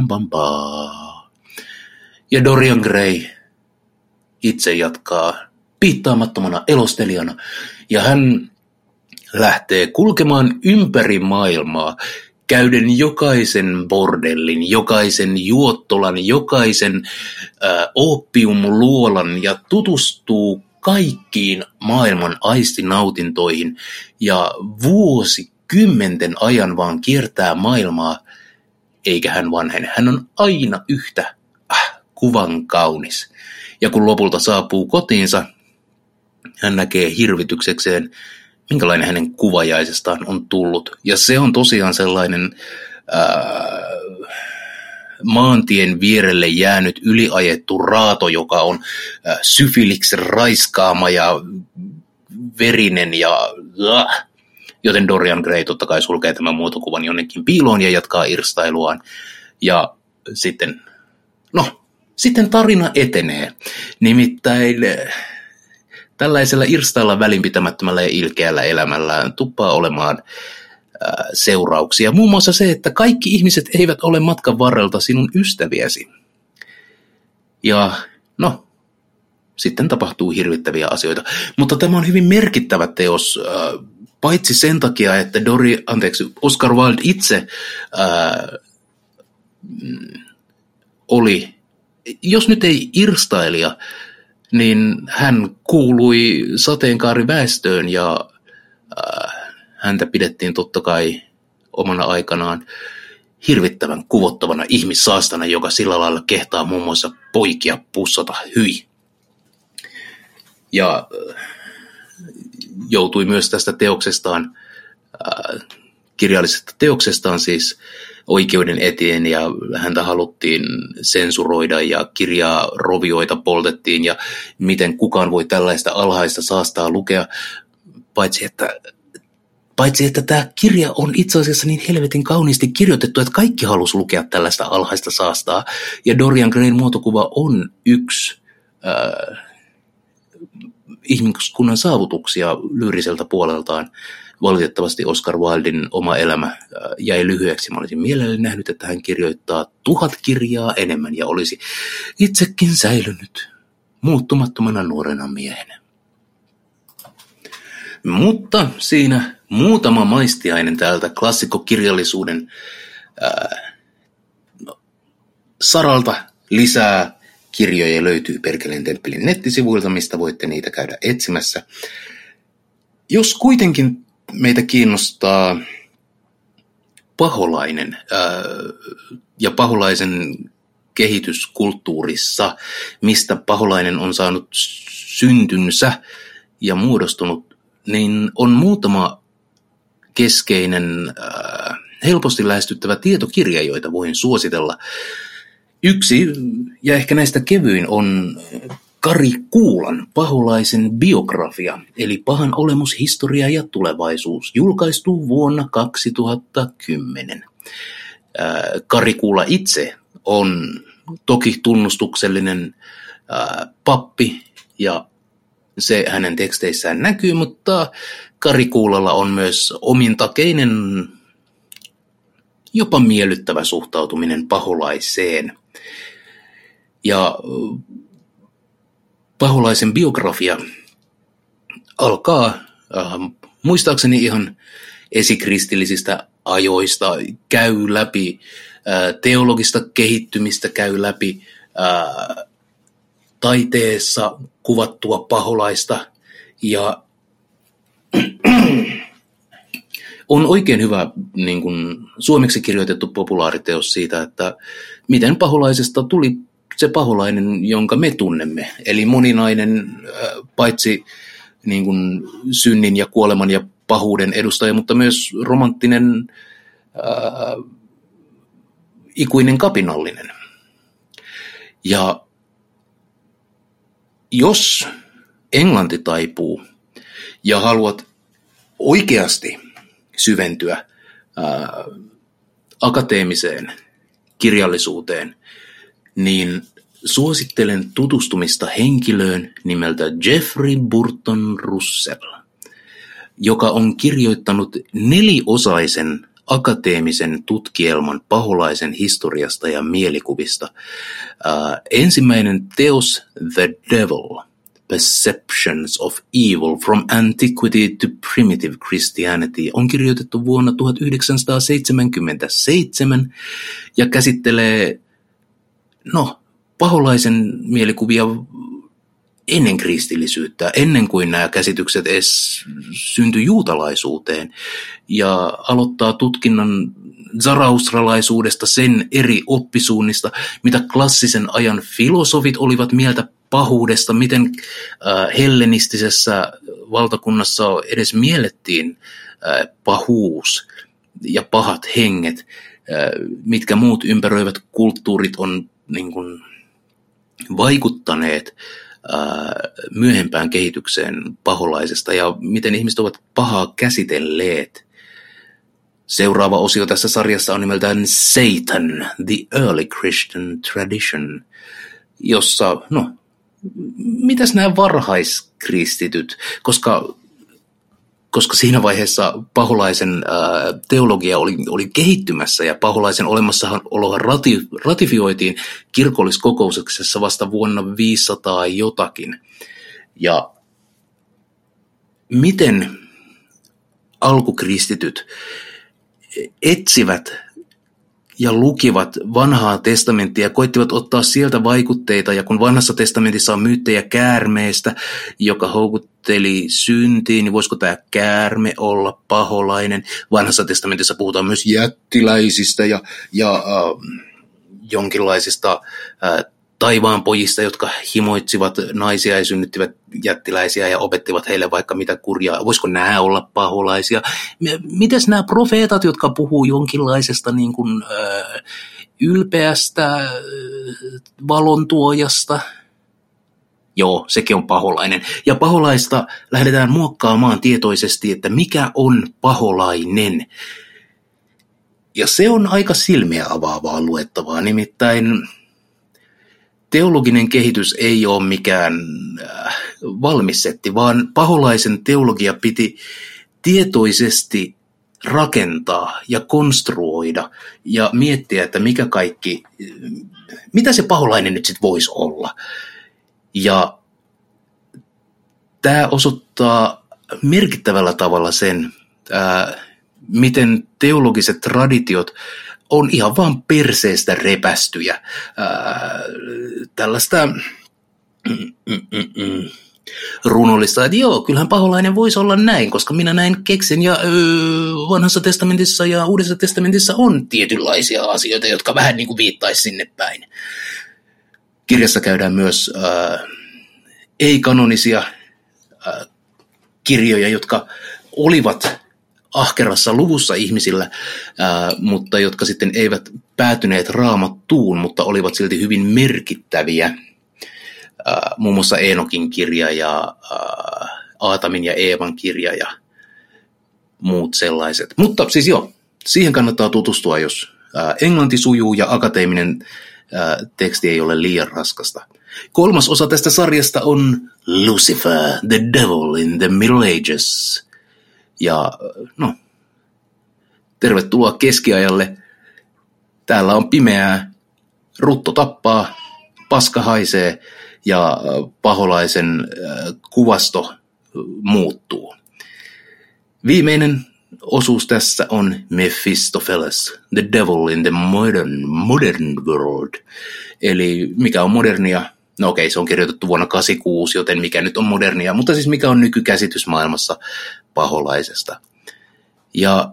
Ja Dorian Gray itse jatkaa piittaamattomana elostelijana ja hän lähtee kulkemaan ympäri maailmaa, käyden jokaisen bordellin, jokaisen juottolan, jokaisen oopiumluolan ja tutustuu kaikkiin maailman aistinautintoihin ja vuosikymmenten ajan vaan kiertää maailmaa, eikä hän vanhene. Hän on aina yhtä kuvan kaunis. Ja kun lopulta saapuu kotiinsa, hän näkee hirvityksekseen, minkälainen hänen kuvajaisestaan on tullut. Ja se on tosiaan sellainen maantien vierelle jäänyt yliajettu raato, joka on syfiliksen raiskaama ja verinen joten Dorian Gray totta kai sulkee tämän muotokuvan jonnekin piiloon ja jatkaa irstailuaan. Ja sitten tarina etenee. Nimittäin tällaisella irstailla välinpitämättömällä ja ilkeällä elämällä tuppaa olemaan seurauksia. Muun muassa se, että kaikki ihmiset eivät ole matkan varrelta sinun ystäviäsi. Ja sitten tapahtuu hirvittäviä asioita. Mutta tämä on hyvin merkittävä teos, paitsi sen takia, että Oscar Wilde itse oli, jos nyt ei irstailija, niin hän kuului sateenkaariväestöön ja häntä pidettiin totta kai omana aikanaan hirvittävän kuvottavana ihmissaastana, joka sillä lailla kehtaa muun muassa poikia pussata, hyi. Ja joutui myös tästä teoksestaan, kirjallisesta teoksestaan siis oikeuden eteen ja häntä haluttiin sensuroida ja kirjaa rovioita poltettiin ja miten kukaan voi tällaista alhaista saastaa lukea, paitsi että tämä kirja on itse asiassa niin helvetin kauniisti kirjoitettu, että kaikki halusi lukea tällaista alhaista saastaa ja Dorian Grayn muotokuva on yksi ihmiskunnan saavutuksia lyyriseltä puoleltaan. Valitettavasti Oscar Wilden oma elämä jäi lyhyeksi. Mä olisin mielelläni nähnyt, että hän kirjoittaa 1000 kirjaa enemmän ja olisi itsekin säilynyt muuttumattomana nuorena miehenä. Mutta siinä muutama maistiainen täältä klassikkokirjallisuuden saralta lisää kirjoja löytyy Perkeleen temppelin nettisivuilta, mistä voitte niitä käydä etsimässä. Jos kuitenkin meitä kiinnostaa paholainen ja paholaisen kehityskulttuurissa, mistä paholainen on saanut syntynsä ja muodostunut, niin on muutama keskeinen, helposti lähestyttävä tietokirja, joita voin suositella. Yksi, ja ehkä näistä kevyin, on Kari Kuulan Paholaisen biografia, eli Pahan olemus, historia ja tulevaisuus, julkaistu vuonna 2010. Kari Kuula itse on toki tunnustuksellinen pappi, ja se hänen teksteissään näkyy, mutta Kari Kuulalla on myös omintakeinen, jopa miellyttävä suhtautuminen paholaiseen. Ja Paholaisen biografia alkaa muistaakseni ihan esikristillisistä ajoista, käy läpi teologista kehittymistä, käy läpi taiteessa kuvattua paholaista ja on oikein hyvä niin kuin suomeksi kirjoitettu populaariteos siitä, että miten paholaisesta tuli se paholainen, jonka me tunnemme. Eli moninainen, paitsi niin kuin synnin ja kuoleman ja pahuuden edustaja, mutta myös romanttinen, ikuinen kapinallinen. Ja jos englanti taipuu ja haluat oikeasti syventyä akateemiseen kirjallisuuteen, niin suosittelen tutustumista henkilöön nimeltä Jeffrey Burton Russell, joka on kirjoittanut 4-osaisen akateemisen tutkielman paholaisen historiasta ja mielikuvista. Ensimmäinen teos, The Devil, Perceptions of Evil from Antiquity to Primitive Christianity, on kirjoitettu vuonna 1977 ja käsittelee paholaisen mielikuvia ennen kristillisyyttä, ennen kuin nämä käsitykset edes syntyi juutalaisuuteen, ja aloittaa tutkinnan zaraustralaisuudesta, sen eri oppisuunnista, mitä klassisen ajan filosofit olivat mieltä pahuudesta, miten hellenistisessä valtakunnassa edes miellettiin pahuus ja pahat henget, mitkä muut ympäröivät kulttuurit on niin kuin vaikuttaneet myöhempään kehitykseen paholaisesta ja miten ihmiset ovat pahaa käsitelleet. Seuraava osio tässä sarjassa on nimeltään Satan, the Early Christian Tradition, jossa, mitäs nämä varhaiskristityt, koska siinä vaiheessa paholaisen teologia oli kehittymässä ja paholaisen olemassaoloa ratifioitiin kirkolliskokouksessa vasta vuonna 500 jotakin. Ja miten alkukristityt etsivät ja lukivat vanhaa testamenttia ja koittivat ottaa sieltä vaikutteita, ja kun vanhassa testamentissa on myyttejä käärmeestä, joka houkutteli syntiin, niin voisiko tämä käärme olla paholainen? Vanhassa testamentissa puhutaan myös jättiläisistä ja jonkinlaisista taivaanpojista, jotka himoitsivat naisia ja synnyttivät jättiläisiä ja opettivat heille vaikka mitä kurjaa. Voisiko nämä olla paholaisia? Mitäs nämä profeetat, jotka puhuu jonkinlaisesta niin kuin, ylpeästä valontuojasta? Joo, sekin on paholainen. Ja paholaista lähdetään muokkaamaan tietoisesti, että mikä on paholainen. Ja se on aika silmiä avaavaa luettavaa, nimittäin teologinen kehitys ei ole mikään valmis setti, vaan paholaisen teologia piti tietoisesti rakentaa ja konstruoida ja miettiä, että mitä se paholainen nyt sitten voisi olla. Ja tämä osoittaa merkittävällä tavalla sen, miten teologiset traditiot on ihan vaan perseestä repästyjä. Tällaista runollista, että joo, kyllähän paholainen voisi olla näin, koska minä näin keksin ja vanhassa testamentissa ja uudessa testamentissa on tietynlaisia asioita, jotka vähän niin kuin viittaisi sinne päin. Kirjassa käydään myös ei-kanonisia kirjoja, jotka olivat ahkerassa luvussa ihmisillä, mutta jotka sitten eivät päätyneet Raamattuun, mutta olivat silti hyvin merkittäviä. Muun muassa Eenokin kirja ja Aatamin ja Eevan kirja ja muut sellaiset. Mutta siis joo, siihen kannattaa tutustua, jos englanti sujuu ja akateeminen teksti ei ole liian raskasta. 3. osa tästä sarjasta on Lucifer, the Devil in the Middle Ages. Ja no, tervetuloa keskiajalle. Täällä on pimeää, rutto tappaa, paska haisee ja paholaisen kuvasto muuttuu. Viimeinen osuus tässä on Mephistopheles, the Devil in the modern world. Eli mikä on modernia? No okei, se on kirjoitettu vuonna 1986, joten mikä nyt on modernia, mutta siis mikä on nykykäsitys maailmassa paholaisesta. Ja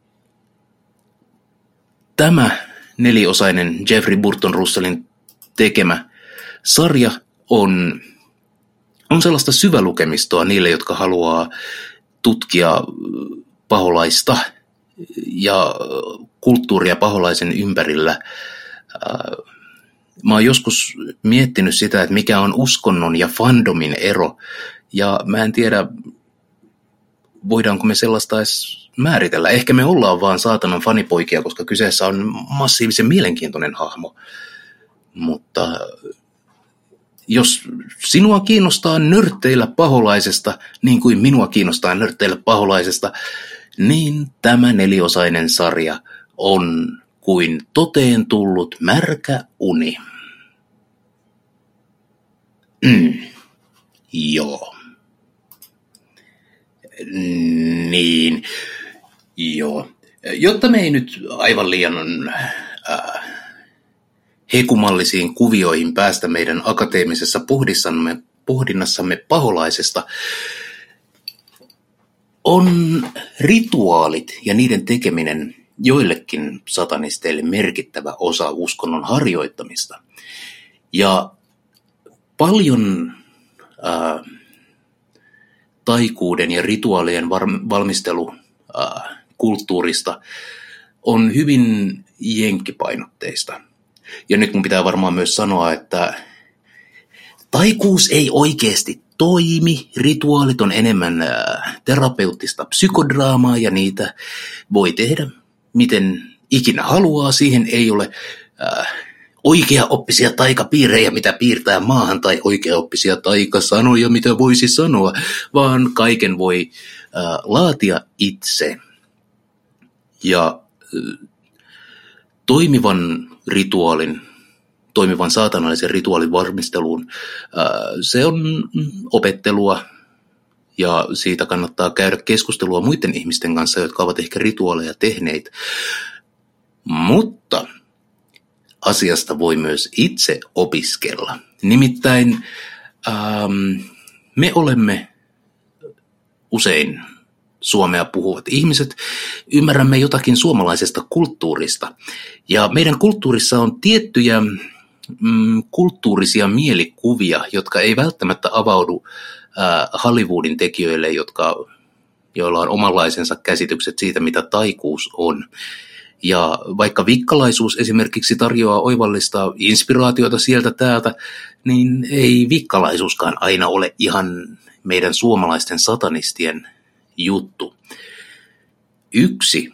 tämä 4-osainen Jeffrey Burton Russellin tekemä sarja on sellaista syvälukemistoa niille, jotka haluaa tutkia paholaista ja kulttuuria paholaisen ympärillä. Mä oon joskus miettinyt sitä, että mikä on uskonnon ja fandomin ero, ja mä en tiedä, voidaanko me sellaista edes määritellä. Ehkä me ollaan vaan saatanan fanipoikia, koska kyseessä on massiivisen mielenkiintoinen hahmo. Mutta jos sinua kiinnostaa nörtteillä paholaisesta, niin kuin minua kiinnostaa nörtteillä paholaisesta, niin tämä 4-osainen sarja on kuin toteen tullut märkä uni. Joo. Niin, joo. Jotta me ei nyt aivan liian hekumallisiin kuvioihin päästä meidän akateemisessa pohdinnassamme paholaisesta, on rituaalit ja niiden tekeminen joillekin satanisteille merkittävä osa uskonnon harjoittamista. Ja paljon taikuuden ja rituaalien valmistelukulttuurista on hyvin jenkkipainotteista. Ja nyt mun pitää varmaan myös sanoa, että taikuus ei oikeasti toimi. Rituaalit on enemmän terapeuttista psykodraamaa ja niitä voi tehdä miten ikinä haluaa. Siihen ei ole oikeaoppisia taikapiirejä, mitä piirtää maahan, tai oikeaoppisia taikasanoja, mitä voisi sanoa, vaan kaiken voi laatia itse. Ja toimivan saatanallisen rituaalin varmisteluun, se on opettelua, ja siitä kannattaa käydä keskustelua muiden ihmisten kanssa, jotka ovat ehkä rituaaleja tehneet. Mutta asiasta voi myös itse opiskella. Nimittäin me olemme usein suomea puhuvat ihmiset, ymmärrämme jotakin suomalaisesta kulttuurista. Ja meidän kulttuurissa on tiettyjä kulttuurisia mielikuvia, jotka ei välttämättä avaudu Hollywoodin tekijöille, joilla on omanlaisensa käsitykset siitä, mitä taikuus on. Ja vaikka vikkalaisuus esimerkiksi tarjoaa oivallista inspiraatiota sieltä täältä, niin ei vikkalaisuuskaan aina ole ihan meidän suomalaisten satanistien juttu. Yksi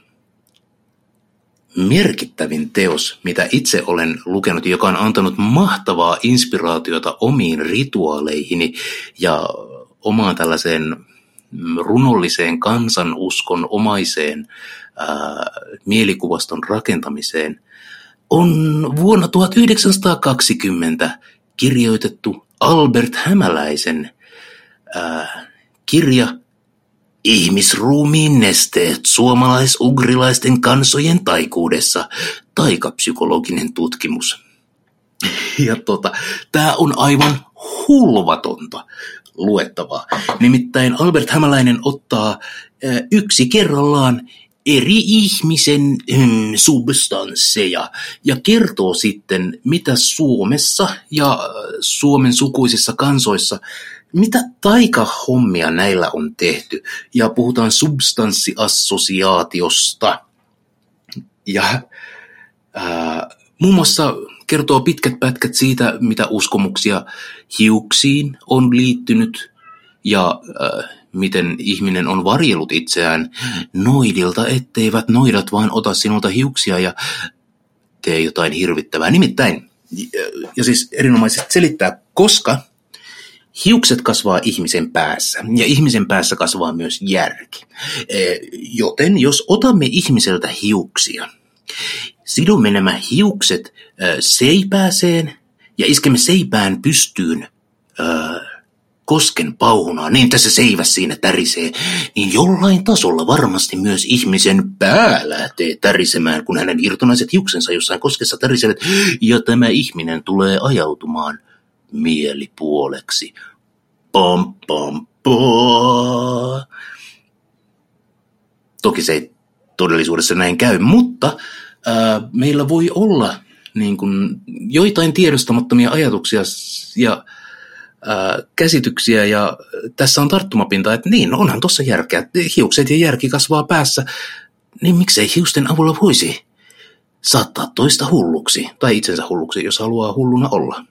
merkittävin teos, mitä itse olen lukenut, joka on antanut mahtavaa inspiraatiota omiin rituaaleihini ja omaan tällaiseen runolliseen kansanuskon omaiseen mielikuvaston rakentamiseen, on vuonna 1920 kirjoitettu Albert Hämäläisen kirja Ihmisruumiin nesteet suomalais-ugrilaisten kansojen taikuudessa, taikapsykologinen tutkimus. Ja tämä on aivan hulvatonta luettavaa. Nimittäin Albert Hämäläinen ottaa yksi kerrallaan eri ihmisen substansseja ja kertoo sitten, mitä Suomessa ja Suomen sukuisissa kansoissa mitä taikahommia näillä on tehty, ja puhutaan substanssiassosiaatiosta, ja muun muassa kertoo pitkät pätkät siitä, mitä uskomuksia hiuksiin on liittynyt, ja miten ihminen on varjellut itseään noidilta, etteivät noidat vaan ota sinulta hiuksia ja tee jotain hirvittävää. Nimittäin, ja siis erinomaisesti selittää, koska hiukset kasvaa ihmisen päässä, ja ihmisen päässä kasvaa myös järki. Joten jos otamme ihmiseltä hiuksia, sidomme nämä hiukset seipääseen ja iskemme seipään pystyyn kosken pauhunaan, niin tässä seiväs siinä tärisee, niin jollain tasolla varmasti myös ihmisen pää lähtee tärisemään, kun hänen irtonaiset hiuksensa jossain koskessa tärisevät, ja tämä ihminen tulee ajautumaan mielipuoleksi. Pom, pom, pom. Toki se ei todellisuudessa näin käy, mutta meillä voi olla niin kuin joitain tiedostamattomia ajatuksia ja käsityksiä, ja tässä on tarttumapinta, että niin, onhan tuossa järkeä, hiukset ja järki kasvaa päässä, niin miksei hiusten avulla voisi saattaa toista hulluksi, tai itsensä hulluksi, jos haluaa hulluna olla.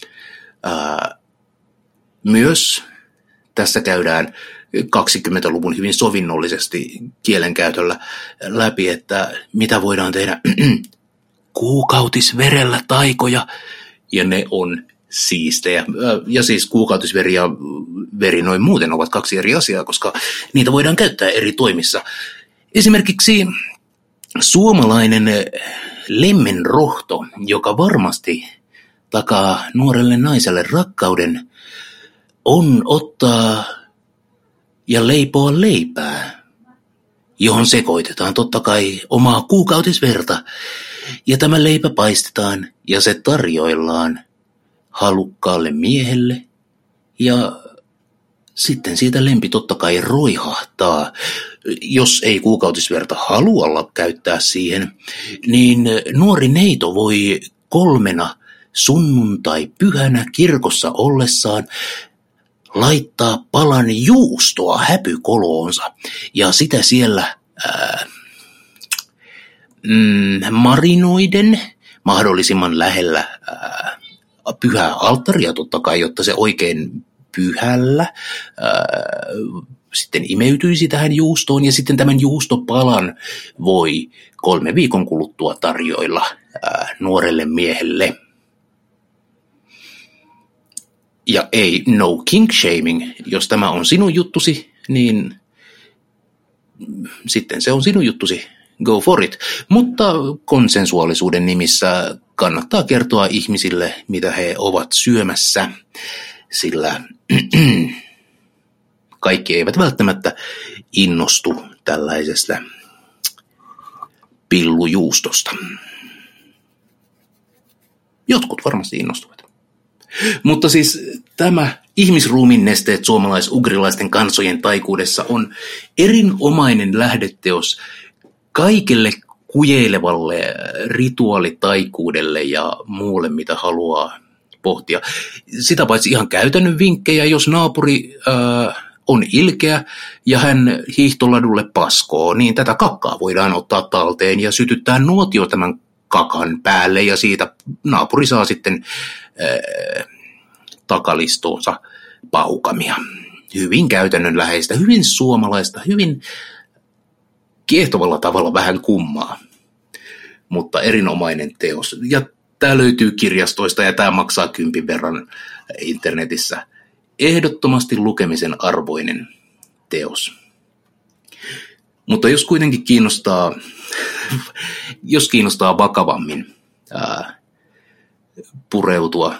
Myös tässä käydään 20-luvun hyvin sovinnollisesti kielenkäytöllä läpi, että mitä voidaan tehdä kuukautisverellä taikoja, ja ne on siistejä. Ja siis kuukautisveri ja veri noin muuten ovat kaksi eri asiaa, koska niitä voidaan käyttää eri toimissa. Esimerkiksi suomalainen lemmenrohto, joka varmasti takaa nuorelle naiselle rakkauden, on ottaa ja leipoa leipää, johon sekoitetaan totta kai omaa kuukautisverta, ja tämä leipä paistetaan ja se tarjoillaan halukkaalle miehelle, ja sitten siitä lempi totta kai roihahtaa. Jos ei kuukautisverta halua käyttää siihen, niin nuori neito voi 3 sunnuntai-pyhänä kirkossa ollessaan laittaa palan juustoa häpykoloonsa, ja sitä siellä marinoiden mahdollisimman lähellä pyhää alttaria totta kai, jotta se oikein pyhällä sitten imeytyisi tähän juustoon, ja sitten tämän juustopalan voi 3 viikon kuluttua tarjoilla nuorelle miehelle. Ja ei, no kink shaming, jos tämä on sinun juttusi, niin sitten se on sinun juttusi, go for it. Mutta konsensuaalisuuden nimissä kannattaa kertoa ihmisille, mitä he ovat syömässä, sillä kaikki eivät välttämättä innostu tällaisesta pillujuustosta. Jotkut varmasti innostuvat. Mutta siis tämä ihmisruumin nesteet suomalais-ugrilaisten kansojen taikuudessa on erinomainen lähdeteos kaikelle kujeilevalle rituaalitaikuudelle ja muulle, mitä haluaa pohtia. Sitä paitsi ihan käytännön vinkkejä, jos naapuri on ilkeä ja hän hiihtoladulle paskoo, niin tätä kakkaa voidaan ottaa talteen ja sytyttää nuotio tämän kakan päälle, ja siitä naapuri saa sitten takalistoonsa paukamia. Hyvin käytännönläheistä, hyvin suomalaista, hyvin kiehtovalla tavalla vähän kummaa, mutta erinomainen teos. Ja tämä löytyy kirjastoista ja tämä maksaa 10 verran internetissä. Ehdottomasti lukemisen arvoinen teos. Mutta jos kuitenkin kiinnostaa vakavammin pureutua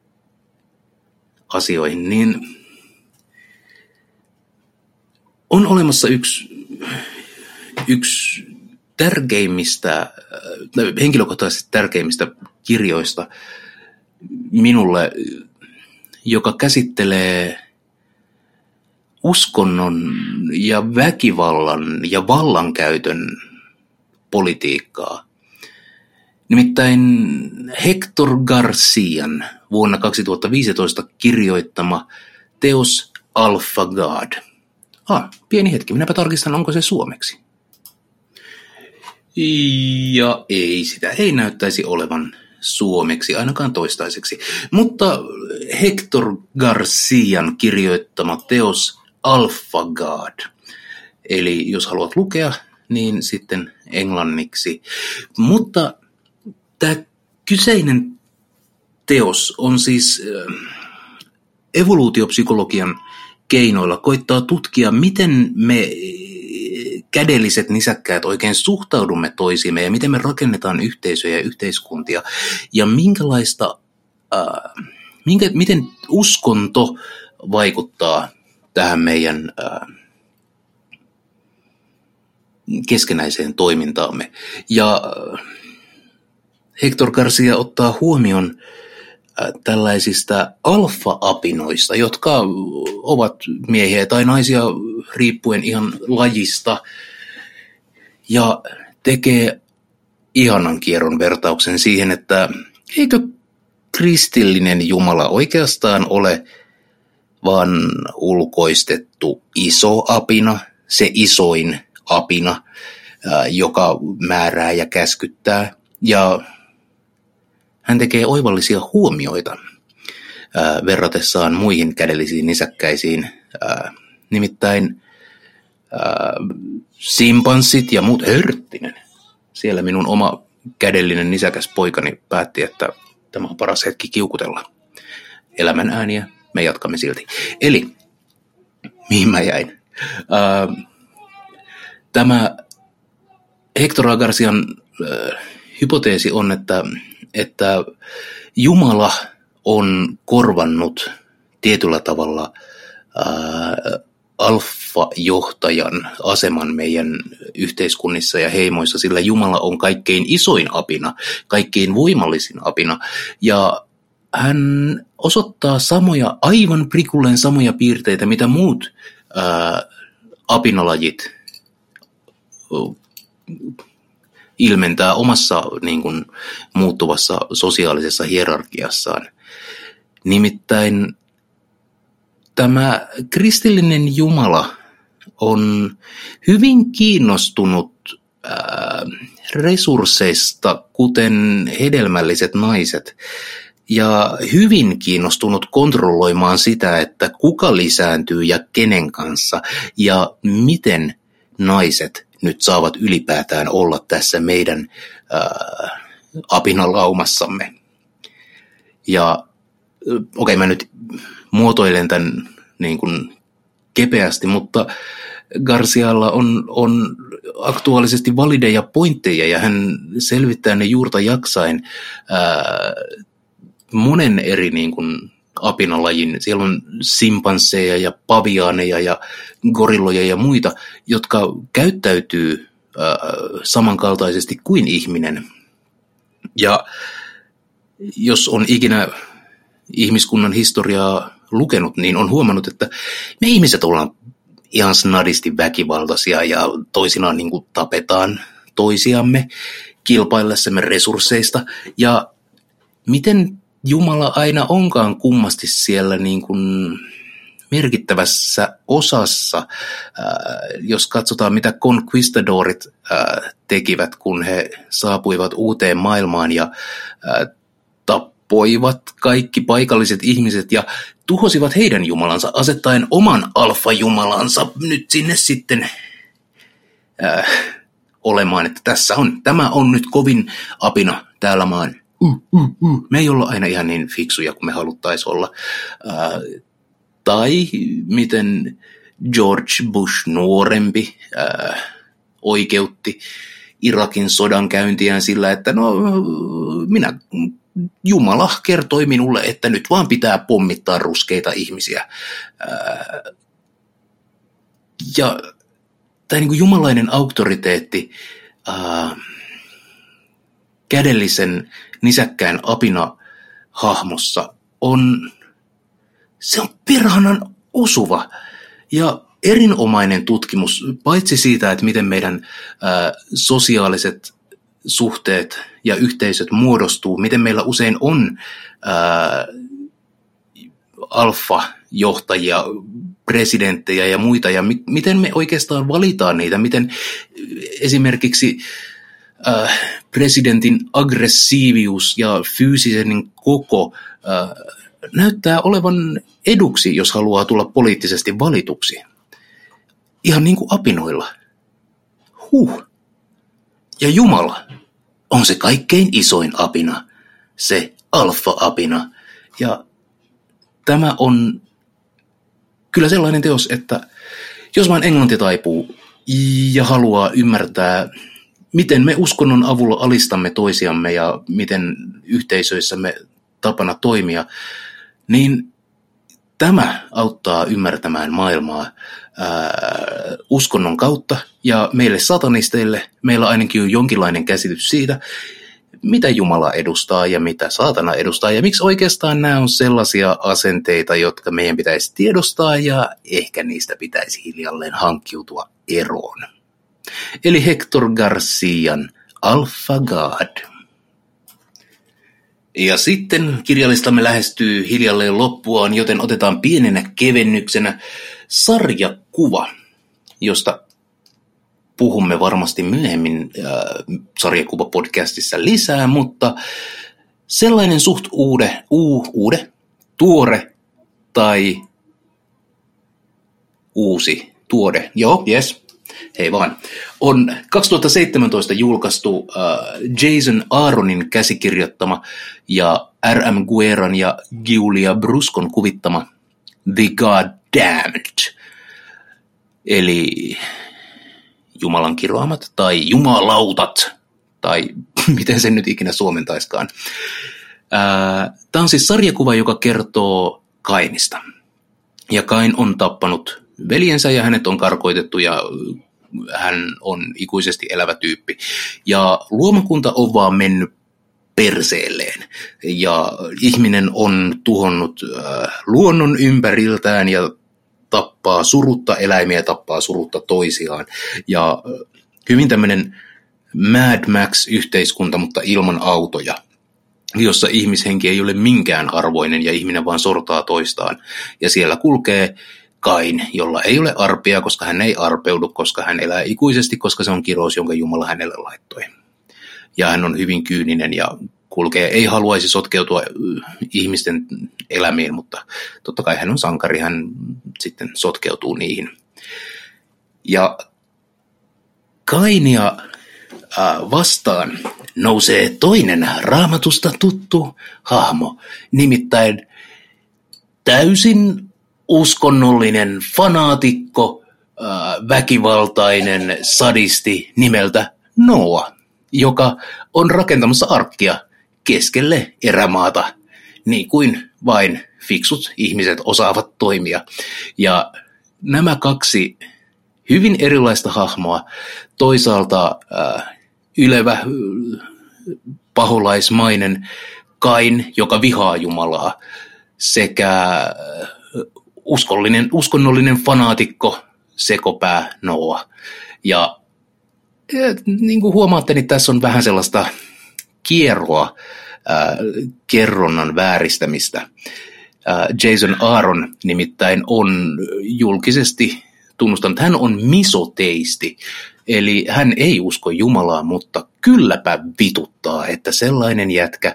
asioihin, niin on olemassa yksi tärkeimmistä, henkilökohtaisesti tärkeimmistä kirjoista minulle, joka käsittelee uskonnon ja väkivallan ja vallankäytön politiikkaa. Nimittäin Hector Garcian vuonna 2015 kirjoittama teos Alpha God. Pieni hetki, minäpä tarkistan, onko se suomeksi. Ja ei, sitä ei näyttäisi olevan suomeksi, ainakaan toistaiseksi. Mutta Hector Garcian kirjoittama teos Alpha God. Eli jos haluat lukea, niin sitten englanniksi. Mutta tämä kyseinen teos on siis evoluutiopsykologian keinoilla koittaa tutkia, miten me kädelliset nisäkkäät oikein suhtaudumme toisiimme ja miten me rakennetaan yhteisöjä ja yhteiskuntia ja miten uskonto vaikuttaa tähän meidän keskenäiseen toimintaamme. Ja Hector Garcia ottaa huomioon tällaisista alfa-apinoista, jotka ovat miehiä tai naisia riippuen ihan lajista, ja tekee ihanan kierron vertauksen siihen, että eikö kristillinen Jumala oikeastaan ole vaan ulkoistettu iso apina, se isoin apina, joka määrää ja käskyttää, ja hän tekee oivallisia huomioita verratessaan muihin kädellisiin nisäkkäisiin, nimittäin simpanssit ja muut. Hörttinen. Siellä minun oma kädellinen nisäkäs poikani päätti, että tämä on paras hetki kiukutella. Elämän ääniä, me jatkamme silti. Eli, mihin mä jäin? Tämä Hector Garcian hypoteesi on, että Jumala on korvannut tietyllä tavalla alfa-johtajan aseman meidän yhteiskunnissa ja heimoissa, sillä Jumala on kaikkein isoin apina, kaikkein voimallisin apina, ja hän osoittaa aivan prikulleen samoja piirteitä, mitä muut apinalajit ilmentää omassa niin kuin, muuttuvassa sosiaalisessa hierarkiassaan. Nimittäin tämä kristillinen Jumala on hyvin kiinnostunut resursseista, kuten hedelmälliset naiset, ja hyvin kiinnostunut kontrolloimaan sitä, että kuka lisääntyy ja kenen kanssa, ja miten naiset nyt saavat ylipäätään olla tässä meidän apinalaumassamme. Ja okei, mä nyt muotoilen tämän niin kuin kepeästi, mutta Garcialla on aktuaalisesti valideja pointteja, ja hän selvittää ne juurta jaksain monen eri niin kuin apinalajin. Siellä on simpansseja ja paviaaneja ja gorilloja ja muita, jotka käyttäytyy samankaltaisesti kuin ihminen. Ja jos on ikinä ihmiskunnan historiaa lukenut, niin on huomannut, että me ihmiset ollaan ihan snadisti väkivaltaisia ja toisinaan niin kuin tapetaan toisiamme kilpaillessamme resursseista. Ja miten Jumala aina onkaan kummasti siellä niin kuin merkittävässä osassa, jos katsotaan mitä conquistadorit tekivät, kun he saapuivat uuteen maailmaan ja tappoivat kaikki paikalliset ihmiset ja tuhosivat heidän jumalansa, asettaen oman alfa-jumalansa nyt sinne sitten olemaan, että tämä on nyt kovin apina täällä maan. Me ei olla aina ihan niin fiksuja kuin me haluttaisiin olla. Tai miten George Bush nuorempi oikeutti Irakin sodan käyntiään sillä, että Jumala kertoi minulle, että nyt vaan pitää pommittaa ruskeita ihmisiä. Ja tämä niin kuin jumalainen auktoriteetti kädellisen nisäkkään apina-hahmossa on perhanan osuva ja erinomainen tutkimus, paitsi siitä, että miten meidän sosiaaliset suhteet ja yhteisöt muodostuu, miten meillä usein on alfa johtajia, presidenttejä ja muita, ja miten me oikeastaan valitaan niitä, miten esimerkiksi presidentin aggressiivius ja fyysisen koko näyttää olevan eduksi, jos haluaa tulla poliittisesti valituksi. Ihan niin kuin apinoilla. Ja Jumala on se kaikkein isoin apina, se alfa-apina. Ja tämä on kyllä sellainen teos, että jos vain englanti taipuu ja haluaa ymmärtää, miten me uskonnon avulla alistamme toisiamme ja miten yhteisöissämme tapana toimia, niin tämä auttaa ymmärtämään maailmaa uskonnon kautta, ja meille satanisteille meillä ainakin on jonkinlainen käsitys siitä, mitä Jumala edustaa ja mitä saatana edustaa, ja miksi oikeastaan nämä on sellaisia asenteita, jotka meidän pitäisi tiedostaa, ja ehkä niistä pitäisi hiljalleen hankkiutua eroon. Eli Hector Garcian Alpha God. Ja sitten kirjalistamme lähestyy hiljalleen loppuaan, joten otetaan pienenä kevennyksenä sarjakuva, josta puhumme varmasti myöhemmin sarjakuva-podcastissa lisää, mutta sellainen suht tuore tai uusi, tuore, hei vaan, on 2017 julkaistu Jason Aaronin käsikirjoittama ja R.M. Gueran ja Giulia Bruscon kuvittama The Goddamned, eli Jumalan kiroamat tai jumalautat, tai miten sen nyt ikinä suomentaiskaan. Tämä on siis sarjakuva, joka kertoo Kainista. Ja Kain on tappanut veljensä ja hänet on karkoitettu ja hän on ikuisesti elävä tyyppi. Ja luomakunta on vaan mennyt perseelleen. Ja ihminen on tuhonnut luonnon ympäriltään ja tappaa surutta eläimiä, tappaa surutta toisiaan. Ja hyvin tämmöinen Mad Max-yhteiskunta, mutta ilman autoja, jossa ihmishenki ei ole minkään arvoinen ja ihminen vaan sortaa toistaan. Ja siellä kulkee Kain, jolla ei ole arpia, koska hän ei arpeudu, koska hän elää ikuisesti, koska se on kirous, jonka Jumala hänelle laittoi. Ja hän on hyvin kyyninen ja kulkee, ei haluaisi sotkeutua ihmisten elämiin, mutta totta kai hän on sankari, hän sitten sotkeutuu niihin. Ja Kainia vastaan nousee toinen Raamatusta tuttu hahmo, nimittäin täysin uskonnollinen fanaatikko, väkivaltainen sadisti nimeltä Noa, joka on rakentamassa arkkia keskelle erämaata, niin kuin vain fiksut ihmiset osaavat toimia. Ja nämä kaksi hyvin erilaista hahmoa, toisaalta ylevä, paholaismainen Kain, joka vihaa Jumalaa, sekä uskonnollinen fanaatikko, sekopää Noa. Ja niin kuin huomaatte, niin tässä on vähän sellaista kierroa, kerronnan vääristämistä. Jason Aaron nimittäin on julkisesti tunnustanut, että hän on misoteisti, eli hän ei usko Jumalaa, mutta kylläpä vituttaa, että sellainen jätkä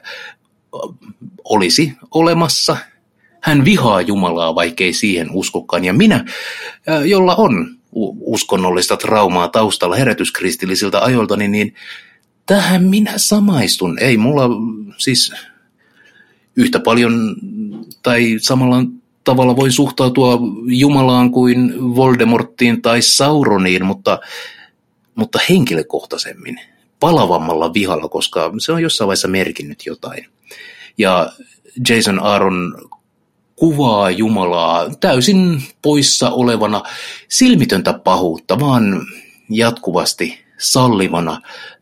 olisi olemassa. Hän vihaa Jumalaa, vaikkei siihen uskokaan. Ja minä, jolla on uskonnollista traumaa taustalla herätyskristillisiltä ajoilta, niin tähän minä samaistun. Ei mulla siis yhtä paljon tai samalla tavalla voi suhtautua Jumalaan kuin Voldemorttiin tai Sauroniin, mutta henkilökohtaisemmin, palavammalla vihalla, koska se on jossain vaiheessa merkinnyt jotain. Ja Jason Aaron kuvaa Jumalaa täysin poissa olevana silmitöntä pahuutta, vaan jatkuvasti sallivana,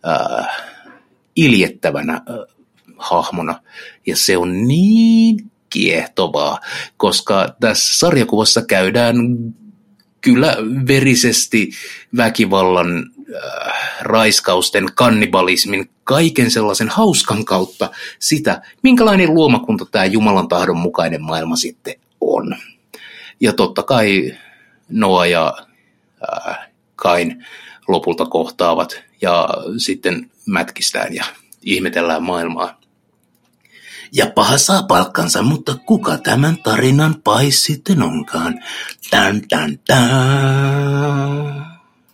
iljettävänä hahmona. Ja se on niin kiehtovaa, koska tässä sarjakuvassa käydään kyllä verisesti väkivallan, raiskausten, kannibalismin, kaiken sellaisen hauskan kautta sitä, minkälainen luomakunta tämä Jumalan tahdon mukainen maailma sitten on. Ja totta kai Noa ja Kain lopulta kohtaavat ja sitten mätkistään ja ihmetellään maailmaa. Ja paha saa palkkansa, mutta kuka tämän tarinan pais sitten onkaan? Tän, tän, tän.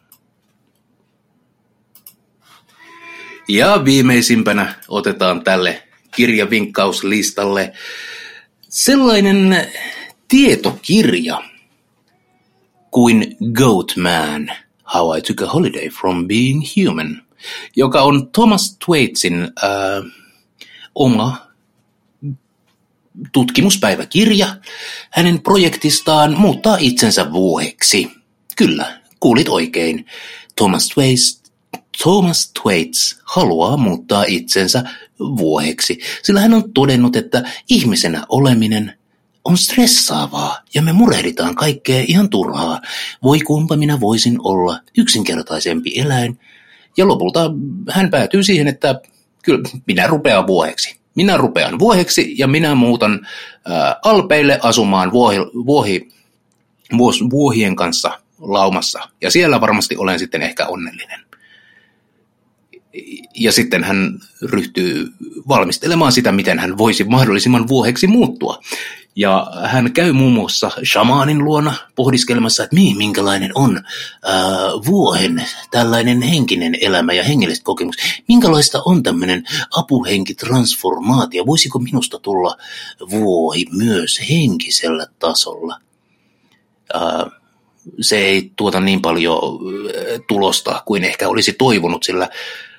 Ja viimeisimpänä otetaan tälle kirjavinkkauslistalle sellainen tietokirja kuin Goat Man, How I Took a Holiday from Being Human, joka on Thomas Thwaites oma tutkimuspäiväkirja hänen projektistaan muuttaa itsensä vuoheksi. Kyllä, kuulit oikein. Thomas Thwaites haluaa muuttaa itsensä vuoheksi, sillä hän on todennut, että ihmisenä oleminen on stressaavaa ja me murehditaan kaikkea ihan turhaa. Voi kumpa minä voisin olla yksinkertaisempi eläin. Ja lopulta hän päätyy siihen, että kyllä minä rupean vuoheksi. Minä rupean vuoheksi ja minä muutan Alpeille asumaan vuohien kanssa laumassa. Ja siellä varmasti olen sitten ehkä onnellinen. Ja sitten hän ryhtyy valmistelemaan sitä, miten hän voisi mahdollisimman vuoheksi muuttua. Ja hän käy muun muassa shamaanin luona pohdiskelemassa, että minkälainen on vuohen tällainen henkinen elämä ja hengelliset kokemus. Minkälaista on tämmöinen apuhenkitransformaatio? Voisiko minusta tulla vuohi myös henkisellä tasolla? Se ei tuota niin paljon tulosta kuin ehkä olisi toivonut, sillä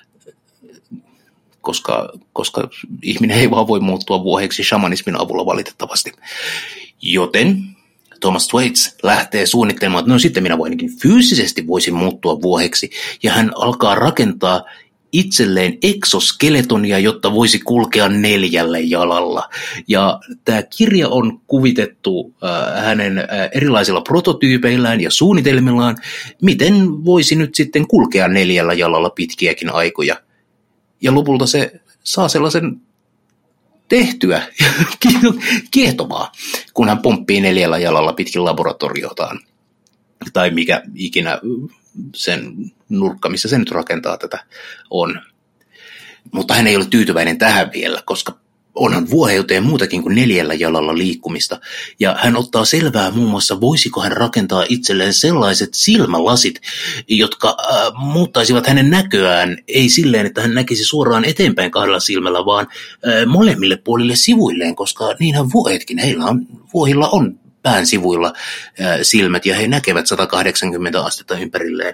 koska ihminen ei vaan voi muuttua vuoheksi shamanismin avulla valitettavasti. Joten Thomas Thwaites lähtee suunnittelemaan, että no sitten minä fyysisesti voisin muuttua vuoheksi, ja hän alkaa rakentaa itselleen eksoskeletonia, jotta voisi kulkea 4 jalalla. Ja tämä kirja on kuvitettu hänen erilaisilla prototyypeillään ja suunnitelmillaan, miten voisi nyt sitten kulkea 4 jalalla pitkiäkin aikoja. Ja lopulta se saa sellaisen tehtyä kiehtovaa, kun hän pomppii 4 jalalla pitkin laboratoriotaan. Tai mikä ikinä sen nurkka, missä se nyt rakentaa tätä, on. Mutta hän ei ole tyytyväinen tähän vielä, koska onhan vuoheuteen muutakin kuin 4 jalalla liikkumista. Ja hän ottaa selvää muun muassa, voisiko hän rakentaa itselleen sellaiset silmälasit, jotka muuttaisivat hänen näköään, ei silleen, että hän näkisi suoraan eteenpäin 2 silmällä, vaan molemmille puolille sivuilleen, koska niinhän vuohetkin, vuohilla on pään sivuilla silmät ja he näkevät 180 astetta ympärilleen.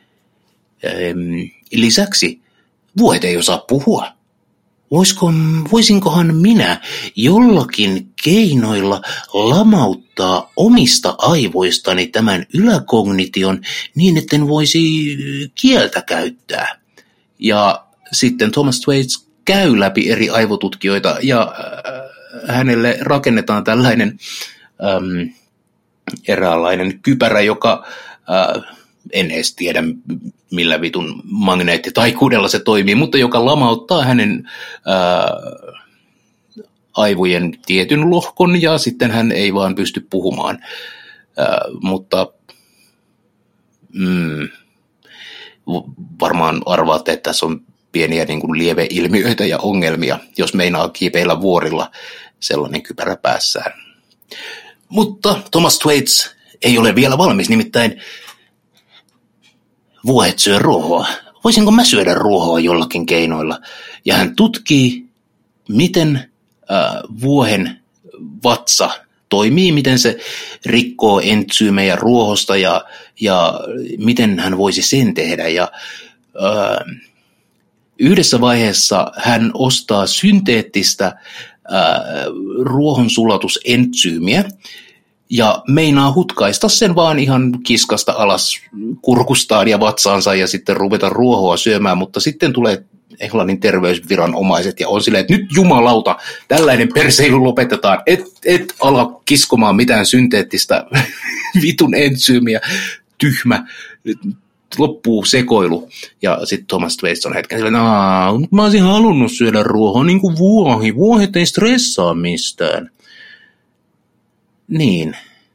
Lisäksi vuohet ei osaa puhua. Voisinkohan minä jollakin keinoilla lamauttaa omista aivoistani tämän yläkognition niin, etten voisi kieltä käyttää? Ja sitten Thomas Thwaites käy läpi eri aivotutkijoita ja hänelle rakennetaan tällainen eräänlainen kypärä, joka en edes tiedä millä vitun magneettitaikuudella se toimii, mutta joka lamauttaa hänen aivojen tietyn lohkon ja sitten hän ei vaan pysty puhumaan. Mutta varmaan arvaatte, että tässä on pieniä niin kuin lieveilmiöitä ja ongelmia, jos meinaa kiipeillä vuorilla sellainen kypärä päässään. Mutta Thomas Thwaites ei ole vielä valmis, nimittäin vuohet syö ruohoa. Voisinko mä syödä ruohoa jollakin keinoilla? Ja hän tutkii, miten vuohen vatsa toimii, miten se rikkoo entsyymejä ruohosta ja miten hän voisi sen tehdä. Ja yhdessä vaiheessa hän ostaa synteettistä ruohonsulatusentsyymiä ja meinaa hutkaista sen vaan ihan kiskasta alas kurkustaan ja vatsaansa ja sitten ruveta ruohoa syömään, mutta sitten tulee Englannin terveysviranomaiset ja on silleen, että nyt jumalauta, tällainen perseily lopetetaan, et ala kiskomaan mitään synteettistä vitun entsyymiä, tyhmä, loppuu sekoilu. Ja sitten Thomas Thwaites on hetken silleen, mä olisin halunnut syödä ruohoa niin kuin vuohet ei stressaa mistään. Niin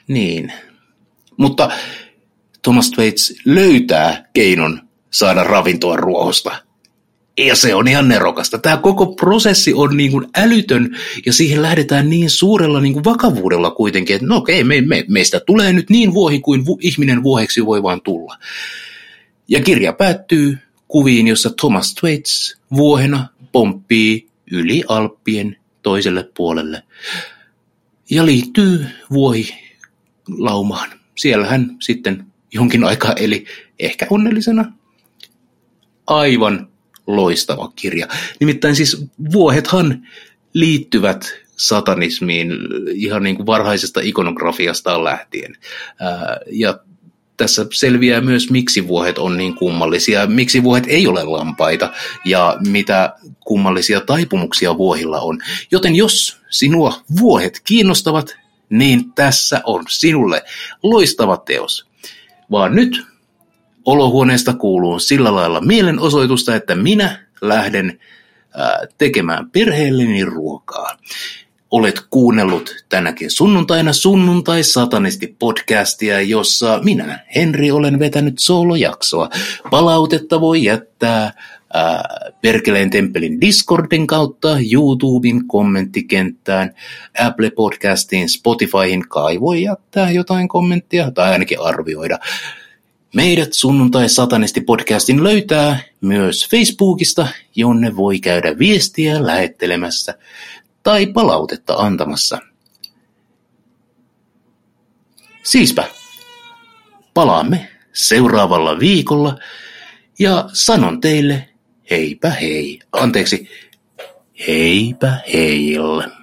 Niin. Mutta Thomas Thwaites löytää keinon saada ravintoa ruohosta. Ja se on ihan nerokasta. Tämä koko prosessi on niin kuin älytön ja siihen lähdetään niin suurella niin kuin vakavuudella kuitenkin, että no okei, meistä tulee nyt niin vuohi kuin ihminen vuoheksi voi vaan tulla. Ja kirja päättyy kuviin, jossa Thomas Thwaites vuohena pomppii yli Alppien toiselle puolelle ja liittyy vuohilaumaan. Siellä hän sitten jonkin aikaa eli ehkä onnellisena. Aivan loistava kirja. Nimittäin siis vuohethan liittyvät satanismiin ihan niin kuin varhaisesta ikonografiasta lähtien. Ja tässä selviää myös, miksi vuohet on niin kummallisia, miksi vuohet ei ole lampaita ja mitä kummallisia taipumuksia vuohilla on. Joten jos sinua vuohet kiinnostavat, niin tässä on sinulle loistava teos. Vaan nyt olohuoneesta kuuluu sillä lailla mielenosoitusta, että minä lähden tekemään perheelleni ruokaa. Olet kuunnellut tänäkin sunnuntaina Sunnuntai-satanisti-podcastia, jossa minä, Henri, olen vetänyt soolojaksoa. Palautetta voi jättää Perkeleen temppelin Discordin kautta, YouTuben kommenttikenttään, Apple Podcastiin, Spotifyhin kai voi jättää jotain kommenttia tai ainakin arvioida. Meidät Sunnuntai-satanisti-podcastin löytää myös Facebookista, jonne voi käydä viestiä lähettelemässä tai palautetta antamassa. Siispä, palaamme seuraavalla viikolla ja sanon teille heipä hei. Heipä heille.